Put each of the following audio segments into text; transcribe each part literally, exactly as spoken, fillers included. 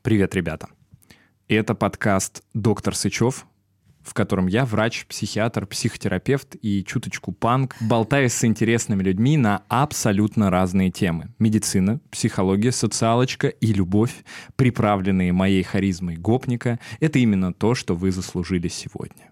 Привет, ребята. Это подкаст «Доктор Сычев», в котором я врач, психиатр, психотерапевт и чуточку панк, болтаюсь с интересными людьми на абсолютно разные темы. Медицина, психология, социалочка и любовь, приправленные моей харизмой гопника, это именно то, что вы заслужили сегодня.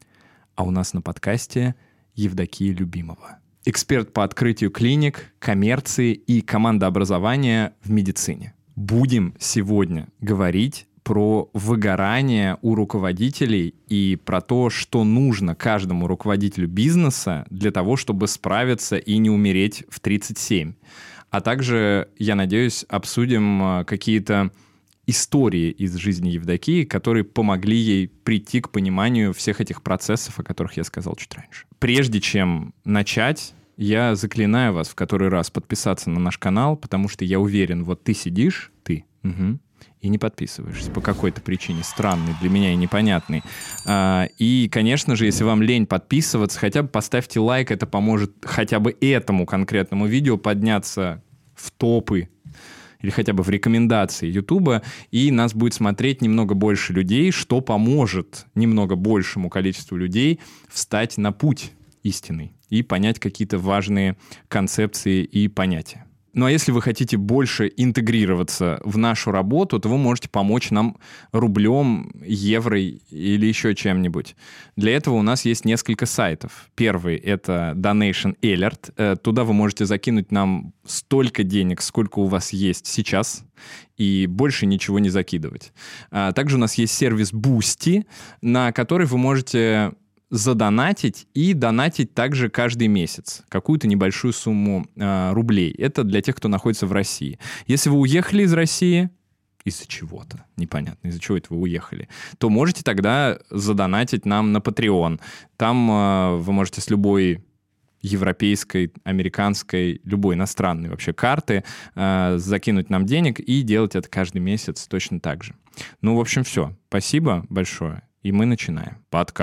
А у нас на подкасте Евдокия Любимова. Эксперт по открытию клиник, коммерции и командообразования в медицине. Будем сегодня говорить про выгорание у руководителей и про то, что нужно каждому руководителю бизнеса для того, чтобы справиться и не умереть в тридцать семь. А также, я надеюсь, обсудим какие-то истории из жизни Евдокии, которые помогли ей прийти к пониманию всех этих процессов, о которых я сказал чуть раньше. Прежде чем начать, я заклинаю вас в который раз подписаться на наш канал, потому что я уверен, вот ты сидишь, ты, угу, и не подписываешься по какой-то причине, странной для меня и непонятной. А, и, конечно же, если вам лень подписываться, хотя бы поставьте лайк, это поможет хотя бы этому конкретному видео подняться в топы или хотя бы в рекомендации Ютуба, и нас будет смотреть немного больше людей, что поможет немного большему количеству людей встать на путь истинный и понять какие-то важные концепции и понятия. Ну а если вы хотите больше интегрироваться в нашу работу, то вы можете помочь нам рублем, евро или еще чем-нибудь. Для этого у нас есть несколько сайтов. Первый — это Donation Alert. Туда вы можете закинуть нам столько денег, сколько у вас есть сейчас, и больше ничего не закидывать. Также у нас есть сервис Boosty, на который вы можете задонатить и донатить также каждый месяц какую-то небольшую сумму э, рублей. Это для тех, кто находится в России. Если вы уехали из России, из-за чего-то, непонятно, из-за чего это вы уехали, то можете тогда задонатить нам на Patreon. Там э, вы можете с любой европейской, американской, любой иностранной вообще карты э, закинуть нам денег и делать это каждый месяц точно так же. Ну, в общем, все. Спасибо большое. И мы начинаем.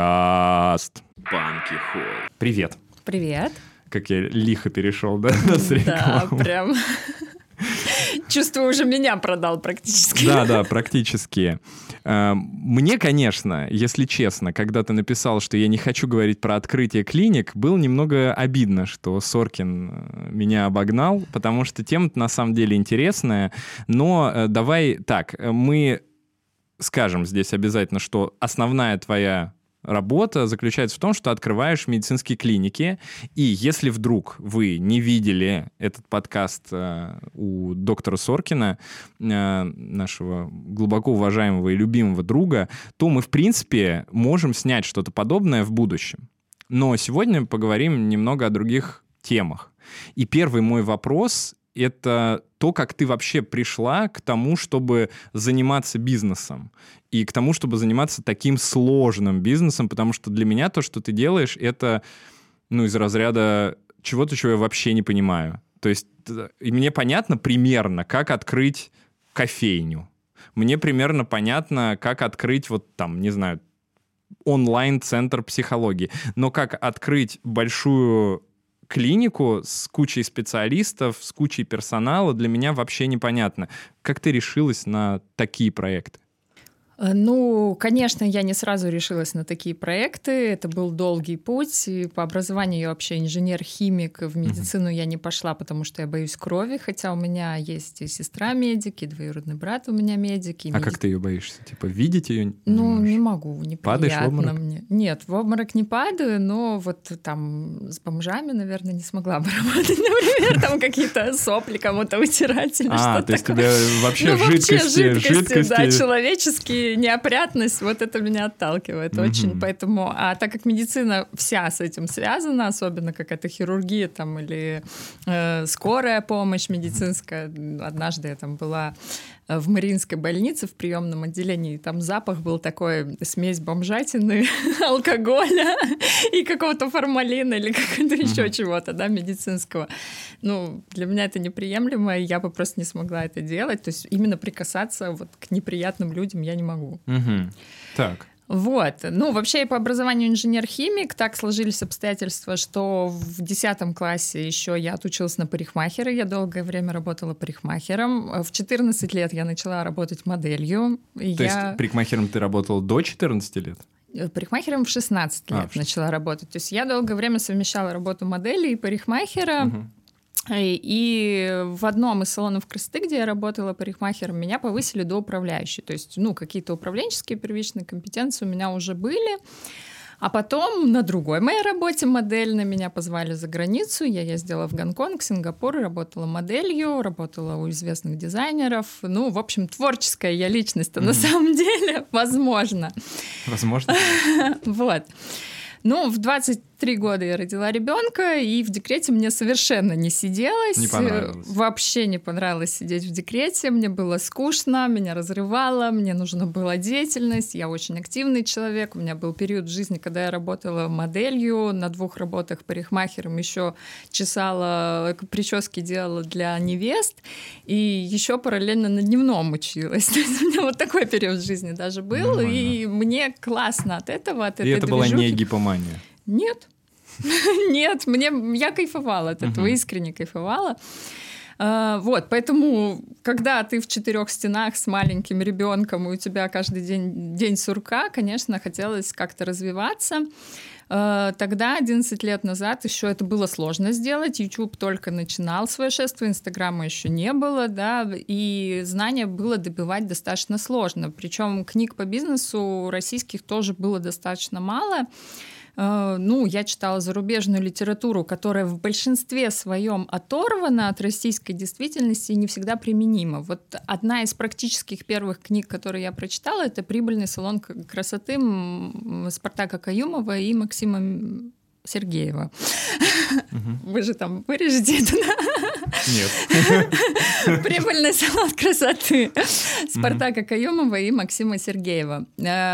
Подкаст Банки Холл. Привет. Привет. Как я лихо перешел, да? Да, прям. Чувствую, уже меня продал практически. Да, да, практически. Мне, конечно, если честно, когда ты написал, что я не хочу говорить про открытие клиник, было немного обидно, что Соркин меня обогнал, потому что тема-то на самом деле интересная. Но давай так, мы скажем здесь обязательно, что основная твоя работа заключается в том, что открываешь медицинские клиники, и если вдруг вы не видели этот подкаст э, у доктора Соркина, э, нашего глубоко уважаемого и любимого друга, то мы, в принципе, можем снять что-то подобное в будущем. Но сегодня поговорим немного о других темах. И первый мой вопрос — это то, как ты вообще пришла к тому, чтобы заниматься бизнесом. И к тому, чтобы заниматься таким сложным бизнесом, потому что для меня то, что ты делаешь, это, ну, из разряда чего-то, чего я вообще не понимаю. То есть и мне понятно примерно, как открыть кофейню. Мне примерно понятно, как открыть, вот там, не знаю, онлайн-центр психологии. Но как открыть большую клинику с кучей специалистов, с кучей персонала, для меня вообще непонятно. Как ты решилась на такие проекты? Ну, конечно, я не сразу решилась на такие проекты. Это был долгий путь. И по образованию я вообще инженер-химик. В медицину uh-huh. я не пошла, потому что я боюсь крови, хотя у меня есть и сестра медик, и двоюродный брат у меня медик. И а меди... как ты ее боишься? Типа видеть ее? Ну, не могу, неприятно. Падаешь в обморок? Мне. Нет, в обморок не падаю, но вот там с бомжами, наверное, не смогла бы работать, например, там какие-то сопли кому-то вытирать или что-то такое. А, то есть тебя вообще ну, жидкости, вообще жидкости, жидкости, да, человеческие, неопрятность, вот это меня отталкивает mm-hmm. очень, поэтому, а так как медицина вся с этим связана, особенно какая-то хирургия там или э, скорая помощь медицинская, mm-hmm. однажды я там была в Мариинской больнице в приемном отделении, там запах был такой, смесь бомжатины, алкоголя и какого-то формалина или какого-то mm-hmm. еще чего-то, да, медицинского. Ну, для меня это неприемлемо, и я бы просто не смогла это делать, то есть именно прикасаться вот к неприятным людям я не могу. Mm-hmm. Так. Вот. Ну, вообще я по образованию инженер-химик. Так сложились обстоятельства, что в десятом классе еще я отучилась на парикмахера. Я долгое время работала парикмахером. В четырнадцать лет я начала работать моделью. То я... есть парикмахером ты работала до четырнадцати лет? Парикмахером в шестнадцать лет а, в начала работать. То есть я долгое время совмещала работу модели и парикмахера. Угу. И в одном из салонов красоты, где я работала парикмахером, меня повысили до управляющей. То есть, ну, какие-то управленческие первичные компетенции у меня уже были. А потом на другой моей работе модельной меня позвали за границу. Я ездила в Гонконг, Сингапур, работала моделью, работала у известных дизайнеров. Ну, в общем, творческая я личность-то mm-hmm. на самом деле, возможно. Возможно. Вот. Ну, в двадцать три года я родила ребенка, и в декрете мне совершенно не сиделось. Не понравилось. Вообще не понравилось сидеть в декрете. Мне было скучно, меня разрывало, мне нужна была деятельность. Я очень активный человек. У меня был период в жизни, когда я работала моделью, на двух работах парикмахером, еще чесала, прически делала для невест, и еще параллельно на дневном училась. То есть у меня вот такой период в жизни даже был, нормально. И мне классно от этого, от и этой это движухи. Была не гипомания? Нет. Нет, мне, я кайфовала от этого, uh-huh. искренне кайфовала. А, вот, поэтому, когда ты в четырех стенах с маленьким ребенком, и у тебя каждый день день сурка, конечно, хотелось как-то развиваться. А, тогда, одиннадцать лет назад, еще это было сложно сделать. YouTube только начинал свое шествие, Инстаграма еще не было, да, и знания было добивать достаточно сложно. Причем книг по бизнесу российских тоже было достаточно мало. Ну, я читала зарубежную литературу, которая в большинстве своем оторвана от российской действительности и не всегда применима. Вот одна из практических первых книг, которые я прочитала, это «Прибыльный салон красоты» Спартака Каюмова и Максима Сергеева. Угу. Вы же там вырежете это, да? Нет. «Прибыльный салон красоты» Спартака Каюмова и Максима Сергеева.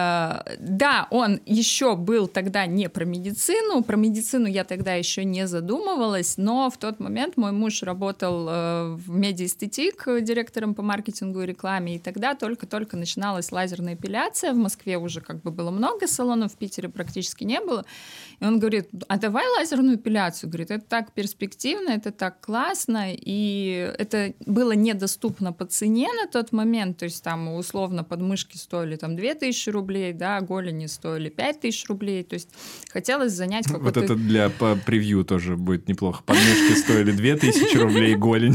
Да, он еще был тогда не про медицину. Про медицину я тогда еще не задумывалась, но в тот момент мой муж работал в медиэстетик директором по маркетингу и рекламе, и тогда только-только начиналась лазерная эпиляция. В Москве уже как бы было много салонов, в Питере практически не было. И он говорит: а давай лазерную эпиляцию. Говорит, это так перспективно, это так классно, и это было недоступно по цене на тот момент, то есть там условно подмышки стоили там две тысячи рублей, да, голени стоили пять тысяч рублей, то есть хотелось занять какой-то... Вот это для по превью тоже будет неплохо. Подмышки стоили две тысячи рублей, голень.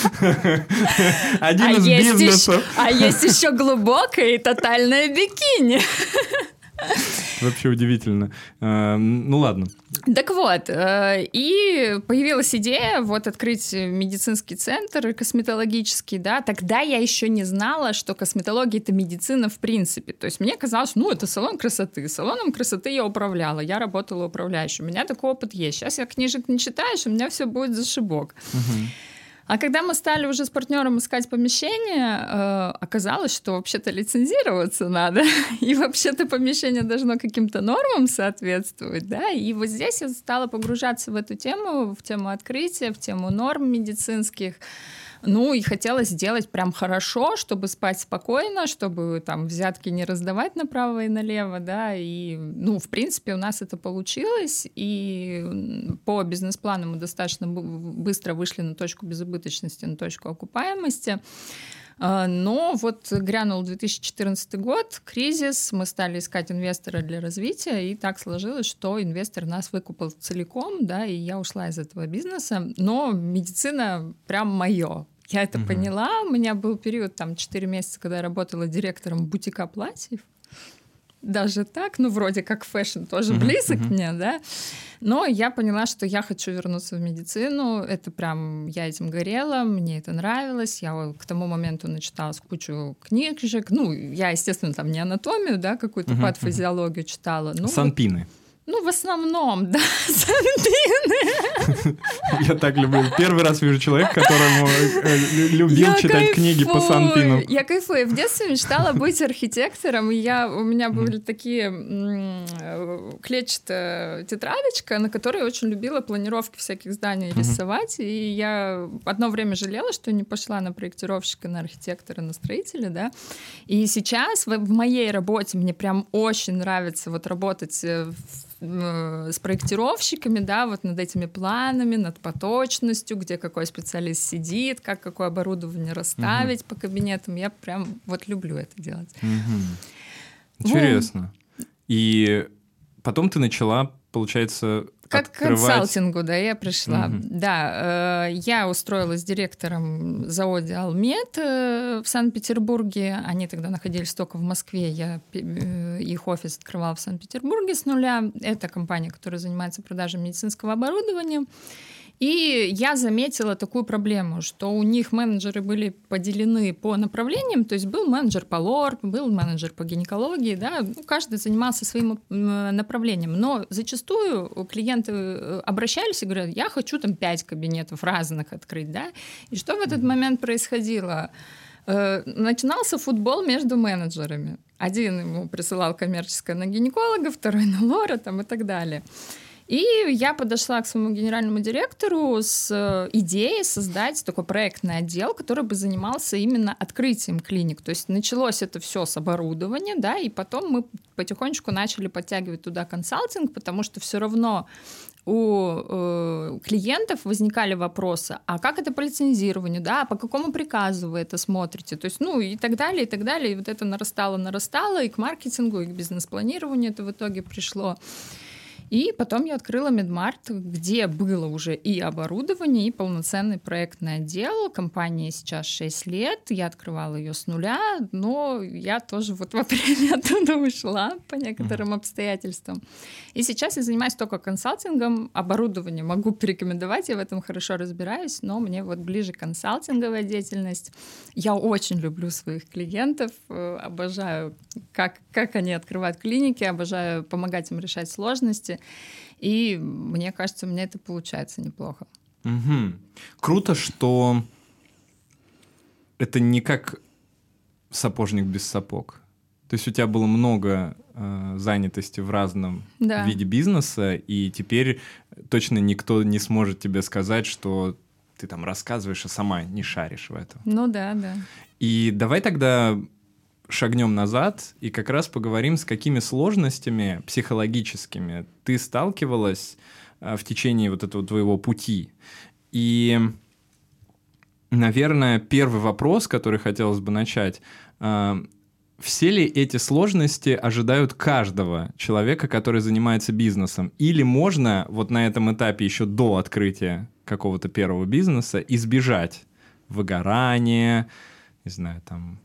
Один из бизнесов. А есть еще глубокое и тотальное бикини. Вообще удивительно. Ну ладно. Так вот, и появилась идея вот открыть медицинский центр косметологический, да, тогда я еще не знала, что косметология — это медицина в принципе, то есть мне казалось, ну, это салон красоты, салоном красоты я управляла, я работала управляющей, у меня такой опыт есть, сейчас я книжек не читаешь, у меня все будет зашибок. Угу. А когда мы стали уже с партнером искать помещение, э, оказалось, что вообще-то лицензироваться надо, и вообще-то помещение должно каким-то нормам соответствовать, да, и вот здесь я стала погружаться в эту тему, в тему открытия, в тему норм медицинских. Ну, и хотелось сделать прям хорошо, чтобы спать спокойно, чтобы там взятки не раздавать направо и налево, да, и, ну, в принципе, у нас это получилось, и по бизнес-плану мы достаточно быстро вышли на точку безубыточности, на точку окупаемости. Но вот грянул две тысячи четырнадцатый год, кризис, мы стали искать инвестора для развития, и так сложилось, что инвестор нас выкупил целиком, да, и я ушла из этого бизнеса, но медицина прям моё. Я это угу. поняла, у меня был период, там, четыре месяца, когда я работала директором бутика платьев, даже так, ну, вроде как фэшн тоже uh-huh, близок uh-huh. мне, да, но я поняла, что я хочу вернуться в медицину, это прям, я этим горела, мне это нравилось, я к тому моменту начиталась кучу книжек, ну, я, естественно, там не анатомию, да, какую-то uh-huh, патофизиологию uh-huh. читала. Ну, Санпины. Ну, в основном, да, Санпины. Я так люблю. Первый раз вижу человека, которому любил я читать кайфую. книги по Санпинам. Я кайфую. В детстве мечтала быть архитектором. И я, у меня были такие м- клетчатая тетрадочка, на которой я очень любила планировки всяких зданий mm-hmm. рисовать. И я одно время жалела, что не пошла на проектировщика, на архитектора, на строителя, да. И сейчас в, в моей работе мне прям очень нравится вот работать в с проектировщиками, да, вот над этими планами, над поточностью, где какой специалист сидит, как какое оборудование расставить угу. по кабинетам. Я прям вот люблю это делать. Угу. Интересно. Вот. И потом ты начала, получается, как открывать... к консалтингу, да, я пришла. Угу. Да, э, я устроилась директором завода «Алмет» э, в Санкт-Петербурге. Они тогда находились только в Москве. Я э, их офис открывала в Санкт-Петербурге с нуля. Это компания, которая занимается продажей медицинского оборудования. И я заметила такую проблему, что у них менеджеры были поделены по направлениям, то есть был менеджер по лор, был менеджер по гинекологии, да, ну, каждый занимался своим направлением, но зачастую клиенты обращались и говорят, я хочу там пять кабинетов разных открыть, да, и что в этот момент происходило? Начинался футбол между менеджерами. Один ему присылал коммерческое на гинеколога, второй на лора там, и так далее. И я подошла к своему генеральному директору с идеей создать такой проектный отдел, который бы занимался именно открытием клиник. То есть началось это все с оборудования, да, и потом мы потихонечку начали подтягивать туда консалтинг, потому что все равно у э, клиентов возникали вопросы, а как это по лицензированию, да, по какому приказу вы это смотрите, то есть, ну, и так далее, и так далее, и вот это нарастало, нарастало, и к маркетингу, и к бизнес-планированию это в итоге пришло. И потом я открыла Медмарт, где было уже и оборудование, и полноценный проектный отдел. Компании сейчас шесть лет, я открывала ее с нуля, но я тоже вот в апреле оттуда ушла по некоторым mm-hmm. обстоятельствам. И сейчас я занимаюсь только консалтингом, оборудование могу порекомендовать, я в этом хорошо разбираюсь, но мне вот ближе консалтинговая деятельность. Я очень люблю своих клиентов, обожаю, как, как они открывают клиники, обожаю помогать им решать сложности. И мне кажется, у меня это получается неплохо. Угу. Круто, что это не как сапожник без сапог. То есть у тебя было много э, занятости в разном да. виде бизнеса, и теперь точно никто не сможет тебе сказать, что ты там рассказываешь, а сама не шаришь в этом. Ну да, да. И давай тогда шагнем назад и как раз поговорим, с какими сложностями психологическими ты сталкивалась а, в течение вот этого твоего пути. И, наверное, первый вопрос, который хотелось бы начать, а, все ли эти сложности ожидают каждого человека, который занимается бизнесом? Или можно вот на этом этапе еще до открытия какого-то первого бизнеса избежать выгорания, не знаю, там,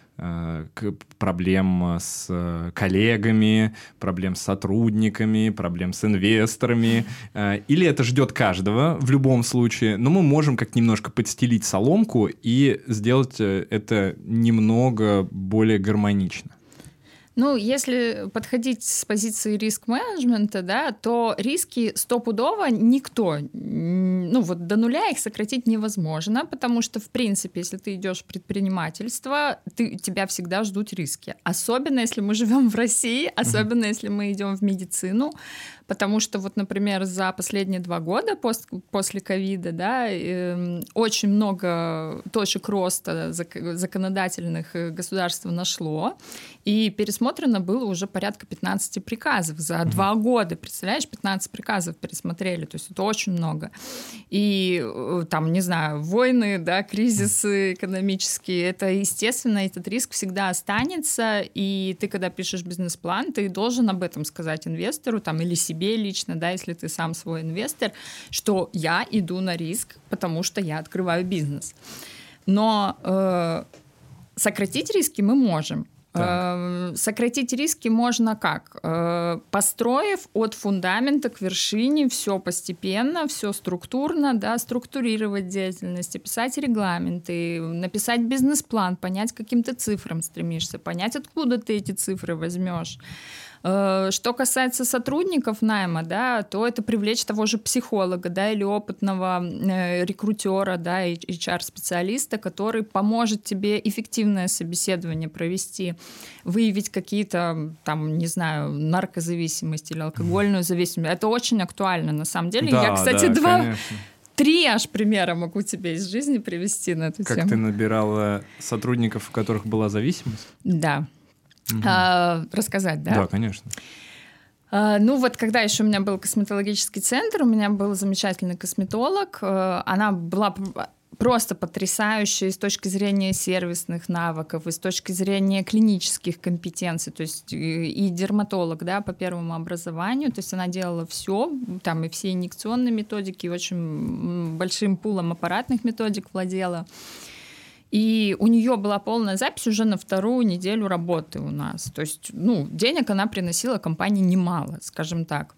проблем с коллегами, проблем с сотрудниками, проблем с инвесторами. Или это ждет каждого в любом случае, но мы можем как немножко подстелить соломку и сделать это немного более гармонично. Ну, если подходить с позиции риск-менеджмента, да, то риски стопудово никто, ну вот до нуля их сократить невозможно, потому что, в принципе, если ты идешь в предпринимательство, ты, тебя всегда ждут риски. Особенно, если мы живем в России, особенно, если мы идем в медицину, потому что, вот, например, за последние два года пос- после ковида, да, э, очень много точек роста зак- законодательных государство нашло, и пересмотрено было уже порядка пятнадцать приказов за mm-hmm. два года. Представляешь, пятнадцать приказов пересмотрели, то есть это очень много. И там, не знаю, войны, да, кризисы экономические, это, естественно, этот риск всегда останется, и ты, когда пишешь бизнес-план, ты должен об этом сказать инвестору там, или себе лично, да, если ты сам свой инвестор, что я иду на риск, потому что я открываю бизнес. Но э, сократить риски мы можем. Так. Сократить риски можно как? Построив от фундамента к вершине все постепенно, все структурно, да, структурировать деятельность, писать регламенты, написать бизнес-план, понять, к каким ты цифрам стремишься, понять, откуда ты эти цифры возьмешь. Что касается сотрудников найма, да, то это привлечь того же психолога, да, или опытного э, рекрутера, да, эйч ар-специалиста, который поможет тебе эффективное собеседование провести, выявить какие-то, там, не знаю, наркозависимость или алкогольную зависимость. Это очень актуально, на самом деле. Да, Я, кстати, да, два... конечно. Три аж примера могу тебе из жизни привести на эту как тему. Как ты набирала сотрудников, у которых была зависимость? Да. Угу. А, рассказать, да? Да, конечно. А, ну вот, когда еще у меня был косметологический центр, у меня был замечательный косметолог. Она была просто потрясающая с точки зрения сервисных навыков, и с точки зрения клинических компетенций, то есть и дерматолог, да, по первому образованию, то есть она делала все, там и все инъекционные методики, и очень большим пулом аппаратных методик владела. И у нее была полная запись уже на вторую неделю работы у нас. То есть, ну, денег она приносила компании немало, скажем так.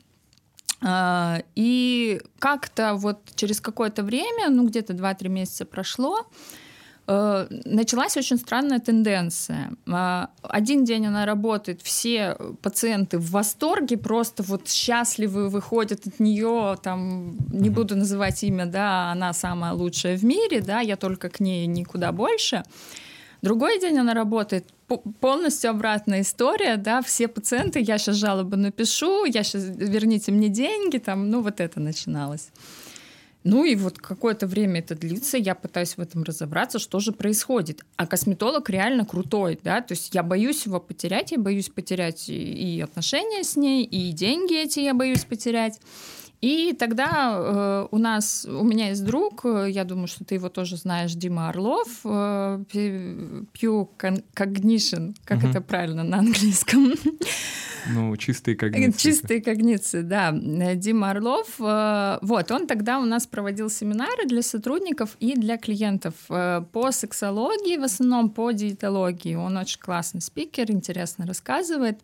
И как-то вот через какое-то время, ну, где-то два-три месяца прошло, началась очень странная тенденция. Один день она работает, все пациенты в восторге, просто вот счастливы, выходят от нее, там, не буду называть имя, да, она самая лучшая в мире, да, я только к ней никуда больше. Другой день она работает, полностью обратная история, да, все пациенты, я сейчас жалобу напишу, я сейчас, верните мне деньги, там, ну, вот это начиналось. Ну и вот какое-то время это длится, я пытаюсь в этом разобраться, что же происходит. А косметолог реально крутой, да, то есть я боюсь его потерять, я боюсь потерять и отношения с ней, и деньги эти я боюсь потерять. И тогда э, у нас, у меня есть друг, я думаю, что ты его тоже знаешь, Дима Орлов, э, Pure Cognition, как uh-huh. это правильно на английском? Ну, чистые когниции. Чистые когниции, да. Дима Орлов. Вот, он тогда у нас проводил семинары для сотрудников и для клиентов по сексологии, в основном по диетологии. Он очень классный спикер, интересно рассказывает.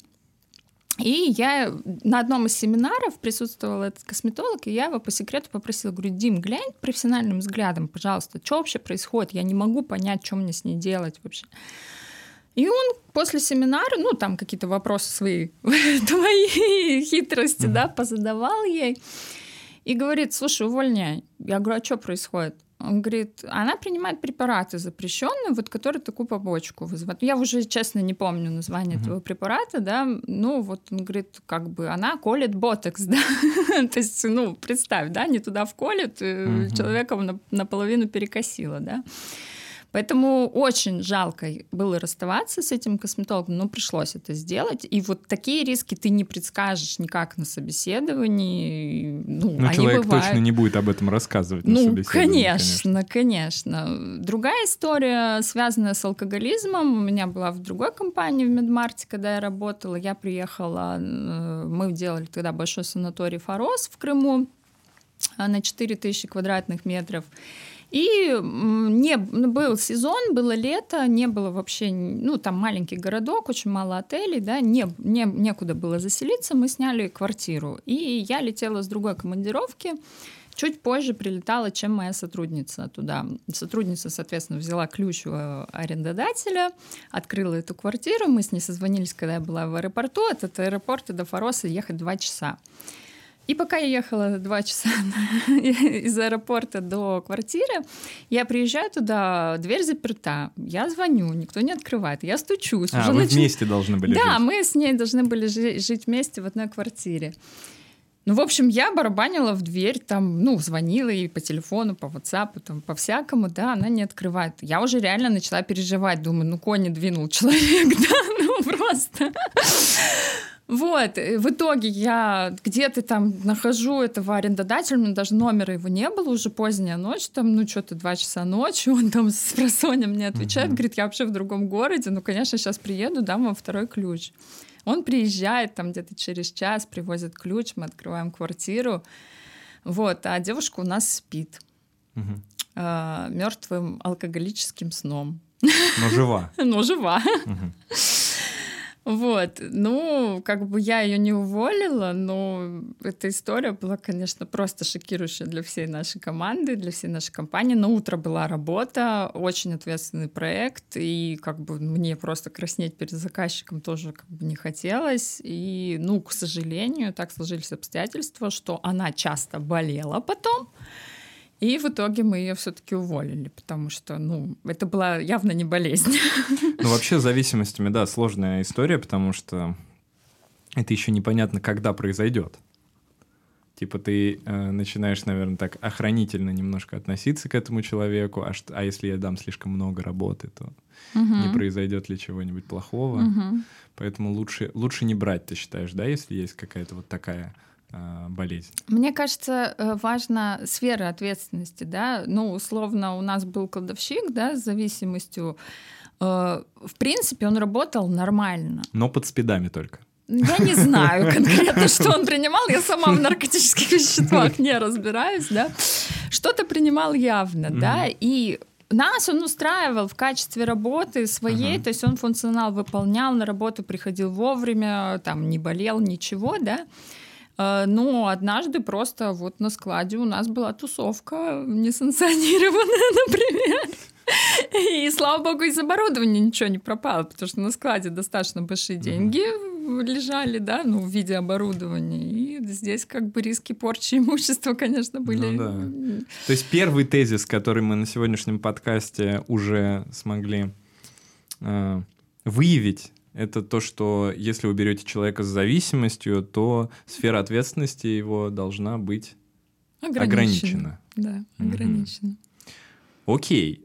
И я на одном из семинаров присутствовал этот косметолог, и я его по секрету попросила, говорю, Дим, глянь профессиональным взглядом, пожалуйста, что вообще происходит? Я не могу понять, что мне с ней делать вообще. И он после семинара, ну, там какие-то вопросы свои, твои хитрости, mm-hmm. да, позадавал ей. И говорит, слушай, увольняй. Я говорю, а что происходит? Он говорит, она принимает препараты запрещенные, вот, которые такую побочку вызывают. Я уже, честно, не помню название mm-hmm. этого препарата, да. Ну, вот он говорит, как бы она колет ботокс, да. То есть, ну, представь, да, не туда вколет, mm-hmm. человека наполовину перекосило, да. Поэтому очень жалко было расставаться с этим косметологом, но пришлось это сделать. И вот такие риски ты не предскажешь никак на собеседовании. Ну, но они человек бывают. Точно не будет об этом рассказывать ну, на собеседовании. Конечно, конечно, конечно. Другая история, связанная с алкоголизмом. У меня была в другой компании, в Медмарте, когда я работала. Я приехала, мы делали тогда большой санаторий «Форос» в Крыму на четыре тысячи квадратных метров. И не, был сезон, было лето, не было вообще, ну, там маленький городок, очень мало отелей, да, не, не, некуда было заселиться, мы сняли квартиру. И я летела с другой командировки, чуть позже прилетала, чем моя сотрудница туда. Сотрудница, соответственно, взяла ключ у арендодателя, открыла эту квартиру, мы с ней созвонились, когда я была в аэропорту, от этого аэропорта до Фороса ехать два часа. И пока я ехала два часа из аэропорта до квартиры, я приезжаю туда, дверь заперта, я звоню, никто не открывает, я стучусь. А, уже вы нач... вместе должны были да, жить? Да, мы с ней должны были жить, жить вместе в одной квартире. Ну, в общем, я барабанила в дверь, там, ну, звонила ей по телефону, по WhatsApp, там, по-всякому, да, она не открывает. Я уже реально начала переживать, думаю, ну, конь не двинул человек, да, ну, просто... Вот, в итоге я где-то там нахожу этого арендодателя, у меня даже номера его не было, уже поздняя ночь, там, ну, что-то два часа ночи, он там с просонья мне отвечает, uh-huh. говорит, я вообще в другом городе, ну, конечно, сейчас приеду, дам вам второй ключ. Он приезжает там где-то через час, привозит ключ, мы открываем квартиру, вот, а девушка у нас спит uh-huh. э, мертвым алкоголическим сном. Но жива. Но жива. Вот, ну, как бы я ее не уволила, но эта история была, конечно, просто шокирующая для всей нашей команды, для всей нашей компании. На утро была работа, очень ответственный проект, и как бы мне просто краснеть перед заказчиком тоже как бы не хотелось. И, ну, к сожалению, так сложились обстоятельства, что она часто болела потом. И в итоге мы ее все-таки уволили, потому что, ну, это была явно не болезнь. Ну, вообще с зависимостями, да, сложная история, потому что это еще непонятно, когда произойдет. Типа ты э, начинаешь, наверное, так охранительно немножко относиться к этому человеку, а, что, а если я дам слишком много работы, то угу. не произойдет ли чего-нибудь плохого. Угу. Поэтому лучше, лучше не брать, ты считаешь, да, если есть какая-то вот такая... болезнь. Мне кажется, важна сфера ответственности, да, ну, условно, у нас был кладовщик, да, с зависимостью, в принципе, он работал нормально. Но под спидами только. Я не знаю конкретно, что он принимал, я сама в наркотических веществах не разбираюсь, да, что-то принимал явно, да, и нас он устраивал в качестве работы своей, uh-huh. то есть он функционал выполнял, на работу приходил вовремя, там, не болел, ничего, да. Но однажды просто вот на складе у нас была тусовка несанкционированная, например. И, слава богу, из оборудования ничего не пропало, потому что на складе достаточно большие деньги лежали, да, ну, в виде оборудования. И здесь как бы риски порчи имущества, конечно, были. Ну, да. То есть первый тезис, который мы на сегодняшнем подкасте уже смогли э, выявить, это то, что если вы берете человека с зависимостью, то сфера ответственности его должна быть ограничена. ограничена. Да, ограничена. Mm-hmm. Окей.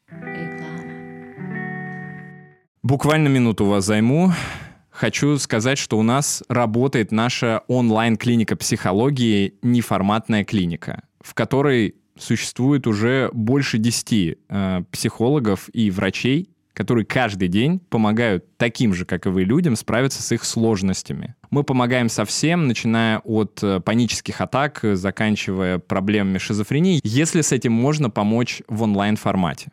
Буквально минуту вас займу. Хочу сказать, что у нас работает наша онлайн-клиника психологии «Неформатная клиника», в которой существует уже больше десяти э, психологов и врачей, которые каждый день помогают таким же, как и вы, людям справиться с их сложностями. Мы помогаем со всем, начиная от панических атак, заканчивая проблемами шизофрении, если с этим можно помочь в онлайн-формате.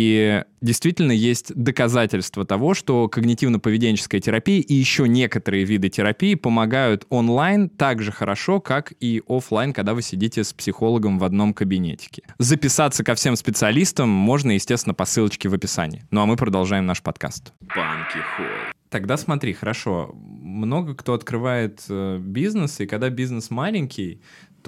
И действительно есть доказательства того, что когнитивно-поведенческая терапия и еще некоторые виды терапии помогают онлайн так же хорошо, как и офлайн, когда вы сидите с психологом в одном кабинетике. Записаться ко всем специалистам можно, естественно, по ссылочке в описании. Ну а мы продолжаем наш подкаст. Банки Холл. Тогда смотри, хорошо, много кто открывает э, бизнес, и когда бизнес маленький,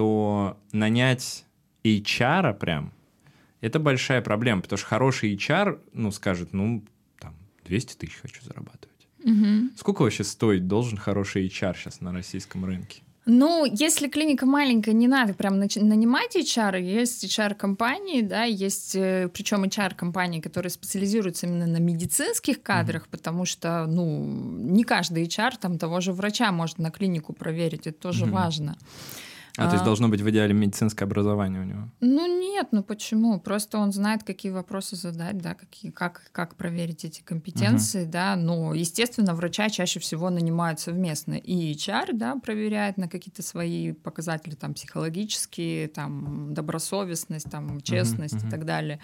то нанять эйч ар прям, это большая проблема, потому что хороший эйч ар, ну, скажет, ну, там, двести тысяч хочу зарабатывать. Угу. Сколько вообще стоить должен хороший эйч ар сейчас на российском рынке? Ну, если клиника маленькая, не надо прям нанимать эйч ар, есть эйч ар-компании, да, есть, причем эйч ар-компании, которые специализируются именно на медицинских кадрах, mm-hmm. потому что, ну, не каждый эйч ар там того же врача может на клинику проверить, это тоже mm-hmm. важно. А, а, то есть должно быть в идеале медицинское образование у него? Ну нет, ну почему? Просто он знает, какие вопросы задать, да, какие, как, как проверить эти компетенции, uh-huh. да. Ну, естественно, врача чаще всего нанимают совместно. И эйч ар, да, проверяет на какие-то свои показатели, там, психологические, там, добросовестность, там, честность uh-huh, uh-huh. и так далее.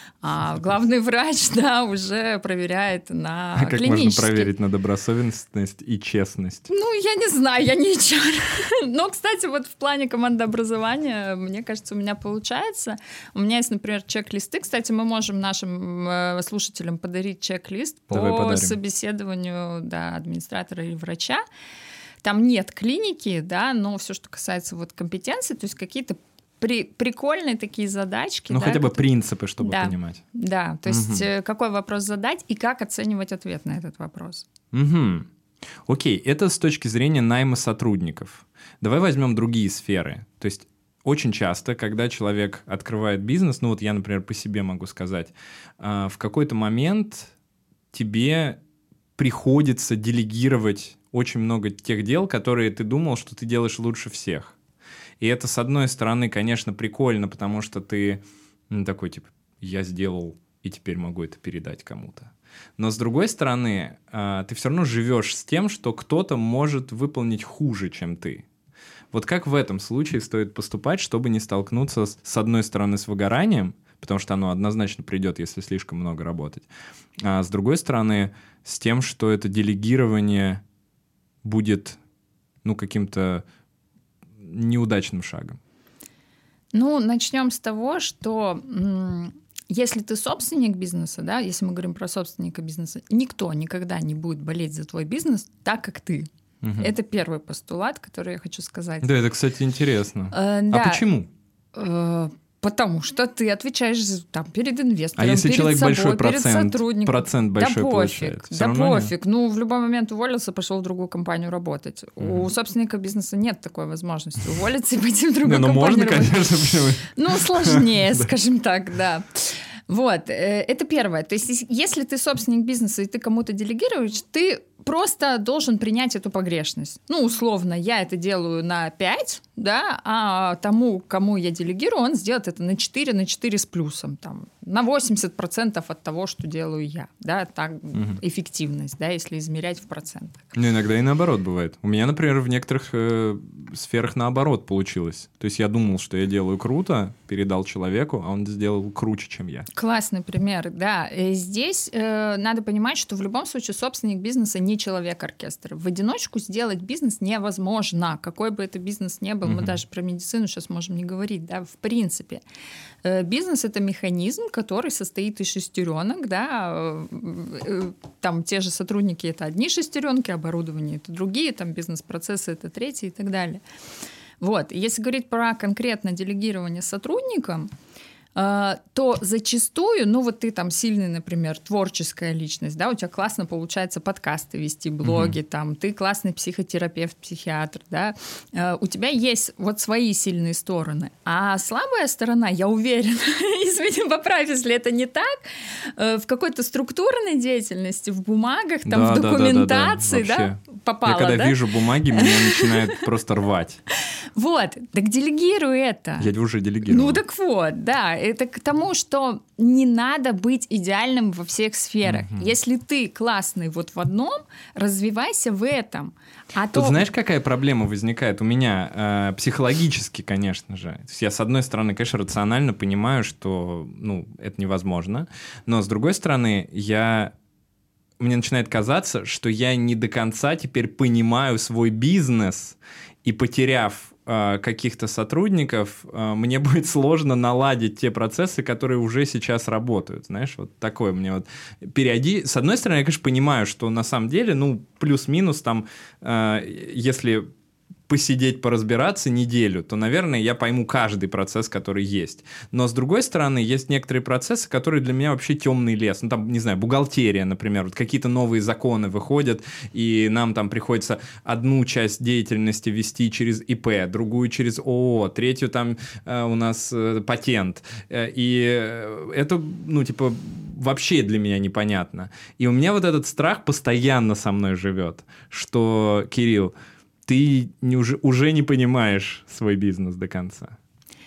А главный врач, да, уже проверяет на а клинические. Как можно проверить на добросовестность и честность? Ну, я не знаю, я не эйч ар. Но, кстати, вот в плане командообразования, мне кажется, у меня получается. У меня есть, например, чек-листы. Кстати, мы можем нашим э, слушателям подарить чек-лист Давай по подарим. собеседованию, да, администратора или врача. Там нет клиники, да, но все, что касается вот компетенций, то есть какие-то при, прикольные такие задачки. Ну, да, хотя бы которые... принципы, чтобы да, понимать. Да, то есть угу. какой вопрос задать и как оценивать ответ на этот вопрос. Угу. Окей, это с точки зрения найма сотрудников. Давай возьмем другие сферы. То есть очень часто, когда человек открывает бизнес, ну вот я, например, по себе могу сказать, в какой-то момент тебе приходится делегировать очень много тех дел, которые ты думал, что ты делаешь лучше всех. И это, с одной стороны, конечно, прикольно, потому что ты ну, такой, типа, я сделал, и теперь могу это передать кому-то. Но, с другой стороны, ты все равно живешь с тем, что кто-то может выполнить хуже, чем ты. Вот как в этом случае стоит поступать, чтобы не столкнуться, с, с одной стороны, с выгоранием, потому что оно однозначно придет, если слишком много работать, а с другой стороны, с тем, что это делегирование будет, ну, каким-то неудачным шагом? Ну, начнем с того, что м- если ты собственник бизнеса, да, если мы говорим про собственника бизнеса, никто никогда не будет болеть за твой бизнес так, как ты. Угу. Это первый постулат, который я хочу сказать. Да, это, кстати, интересно. Э, а да. почему? Э, Потому что ты отвечаешь там, перед инвестором, а если перед человек собой, большой перед процент, сотрудником. процент большой да получает? пофиг, да пофиг. Ну, в любой момент уволился, пошел в другую компанию работать. Mm-hmm. У собственника бизнеса нет такой возможности уволиться и пойти в другую ну, компанию можно, работать. конечно, почему? Ну, сложнее, скажем так, да. Вот, это первое. То есть, если ты собственник бизнеса и ты кому-то делегируешь, ты просто должен принять эту погрешность. Ну, условно, я это делаю на пять, да, а тому, кому я делегирую, он сделает это на четыре, на четыре с плюсом, там, на восемьдесят процентов от того, что делаю я, да, так угу. эффективность, да, если измерять в процентах. Ну, иногда и наоборот бывает. У меня, например, в некоторых э, сферах наоборот получилось. То есть я думал, что я делаю круто, передал человеку, а он сделал круче, чем я. Классный пример, да. И здесь э, надо понимать, что в любом случае собственник бизнеса не человек-оркестр. В одиночку сделать бизнес невозможно. Какой бы это бизнес ни был, mm-hmm. мы даже про медицину сейчас можем не говорить, да, в принципе. Э, бизнес — это механизм, который состоит из шестеренок, да, э, э, там те же сотрудники — это одни шестеренки, оборудование — это другие, там бизнес-процессы — это третьи и так далее. Вот. Если говорить про конкретно делегирование сотрудникам, то зачастую, ну вот ты там сильный, например, творческая личность, да, у тебя классно получается подкасты вести, блоги, mm-hmm. там, ты классный психотерапевт, психиатр, да, у тебя есть вот свои сильные стороны, а слабая сторона, я уверена, извини, поправь, если это не так, в какой-то структурной деятельности, в бумагах, там, да, в документации, да, да, да, да, попала, я когда да? вижу бумаги, меня начинает просто рвать. Вот, так делегируй это. Я уже делегирую. Ну так вот, да, это к тому, что не надо быть идеальным во всех сферах. Угу. Если ты классный вот в одном, развивайся в этом. А Тут то... знаешь, какая проблема возникает? У меня э, психологически, конечно же. То есть я, с одной стороны, конечно, рационально понимаю, что ну, это невозможно, но с другой стороны, я... мне начинает казаться, что я не до конца теперь понимаю свой бизнес, и потеряв э, каких-то сотрудников, э, мне будет сложно наладить те процессы, которые уже сейчас работают. Знаешь, вот такое мне вот периоди... С одной стороны, я, конечно, понимаю, что на самом деле, ну, плюс-минус там, э, если посидеть, поразбираться неделю, то, наверное, я пойму каждый процесс, который есть. Но, с другой стороны, есть некоторые процессы, которые для меня вообще темный лес. Ну, там, не знаю, бухгалтерия, например, вот какие-то новые законы выходят, и нам там приходится одну часть деятельности вести через ИП, другую через ООО, третью там э, у нас э, патент. Э, и это, ну, типа, вообще для меня непонятно. И у меня вот этот страх постоянно со мной живет, что, Кирилл, ты не, уже, уже не понимаешь свой бизнес до конца.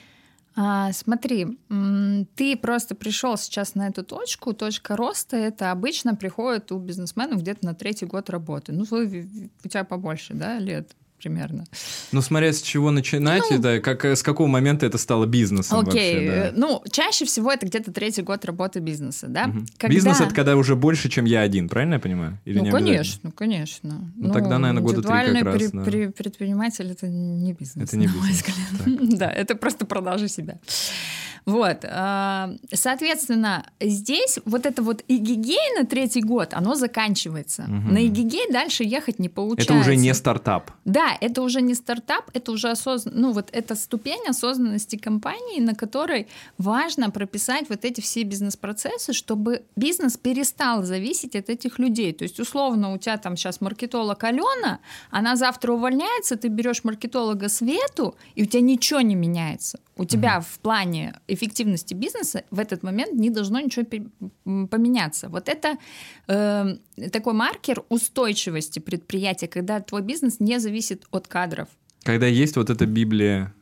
А, смотри, ты просто пришел сейчас на эту точку. Точка роста — это обычно приходит у бизнесменов где-то на третий год работы. Ну, у тебя побольше, да, лет примерно. Ну, смотря с чего начинать, ну, да, как, с какого момента это стало бизнесом окей. вообще. Да. Ну, чаще всего это где-то третий год работы бизнеса, да? Угу. Когда... Бизнес — это когда уже больше, чем я один, правильно я понимаю? Или ну, не конечно, конечно. Ну, ну, тогда, наверное, года три как раз. При, да. при, предприниматель — это не бизнес. Это не бизнес. Да, это просто продажа себя. Вот, соответственно, здесь вот это вот игигей на третий год, оно заканчивается. Угу. На игигей дальше ехать не получается. Это уже не стартап. Да, это уже не стартап, это уже осозн... ну вот эта ступень осознанности компании, на которой важно прописать вот эти все бизнес-процессы, чтобы бизнес перестал зависеть от этих людей. То есть, условно, у тебя там сейчас маркетолог Алена, она завтра увольняется, ты берешь маркетолога Свету, и у тебя ничего не меняется. У тебя uh-huh. в плане эффективности бизнеса в этот момент не должно ничего поменяться. Вот это э, такой маркер устойчивости предприятия, когда твой бизнес не зависит от кадров. Когда есть вот эта Библия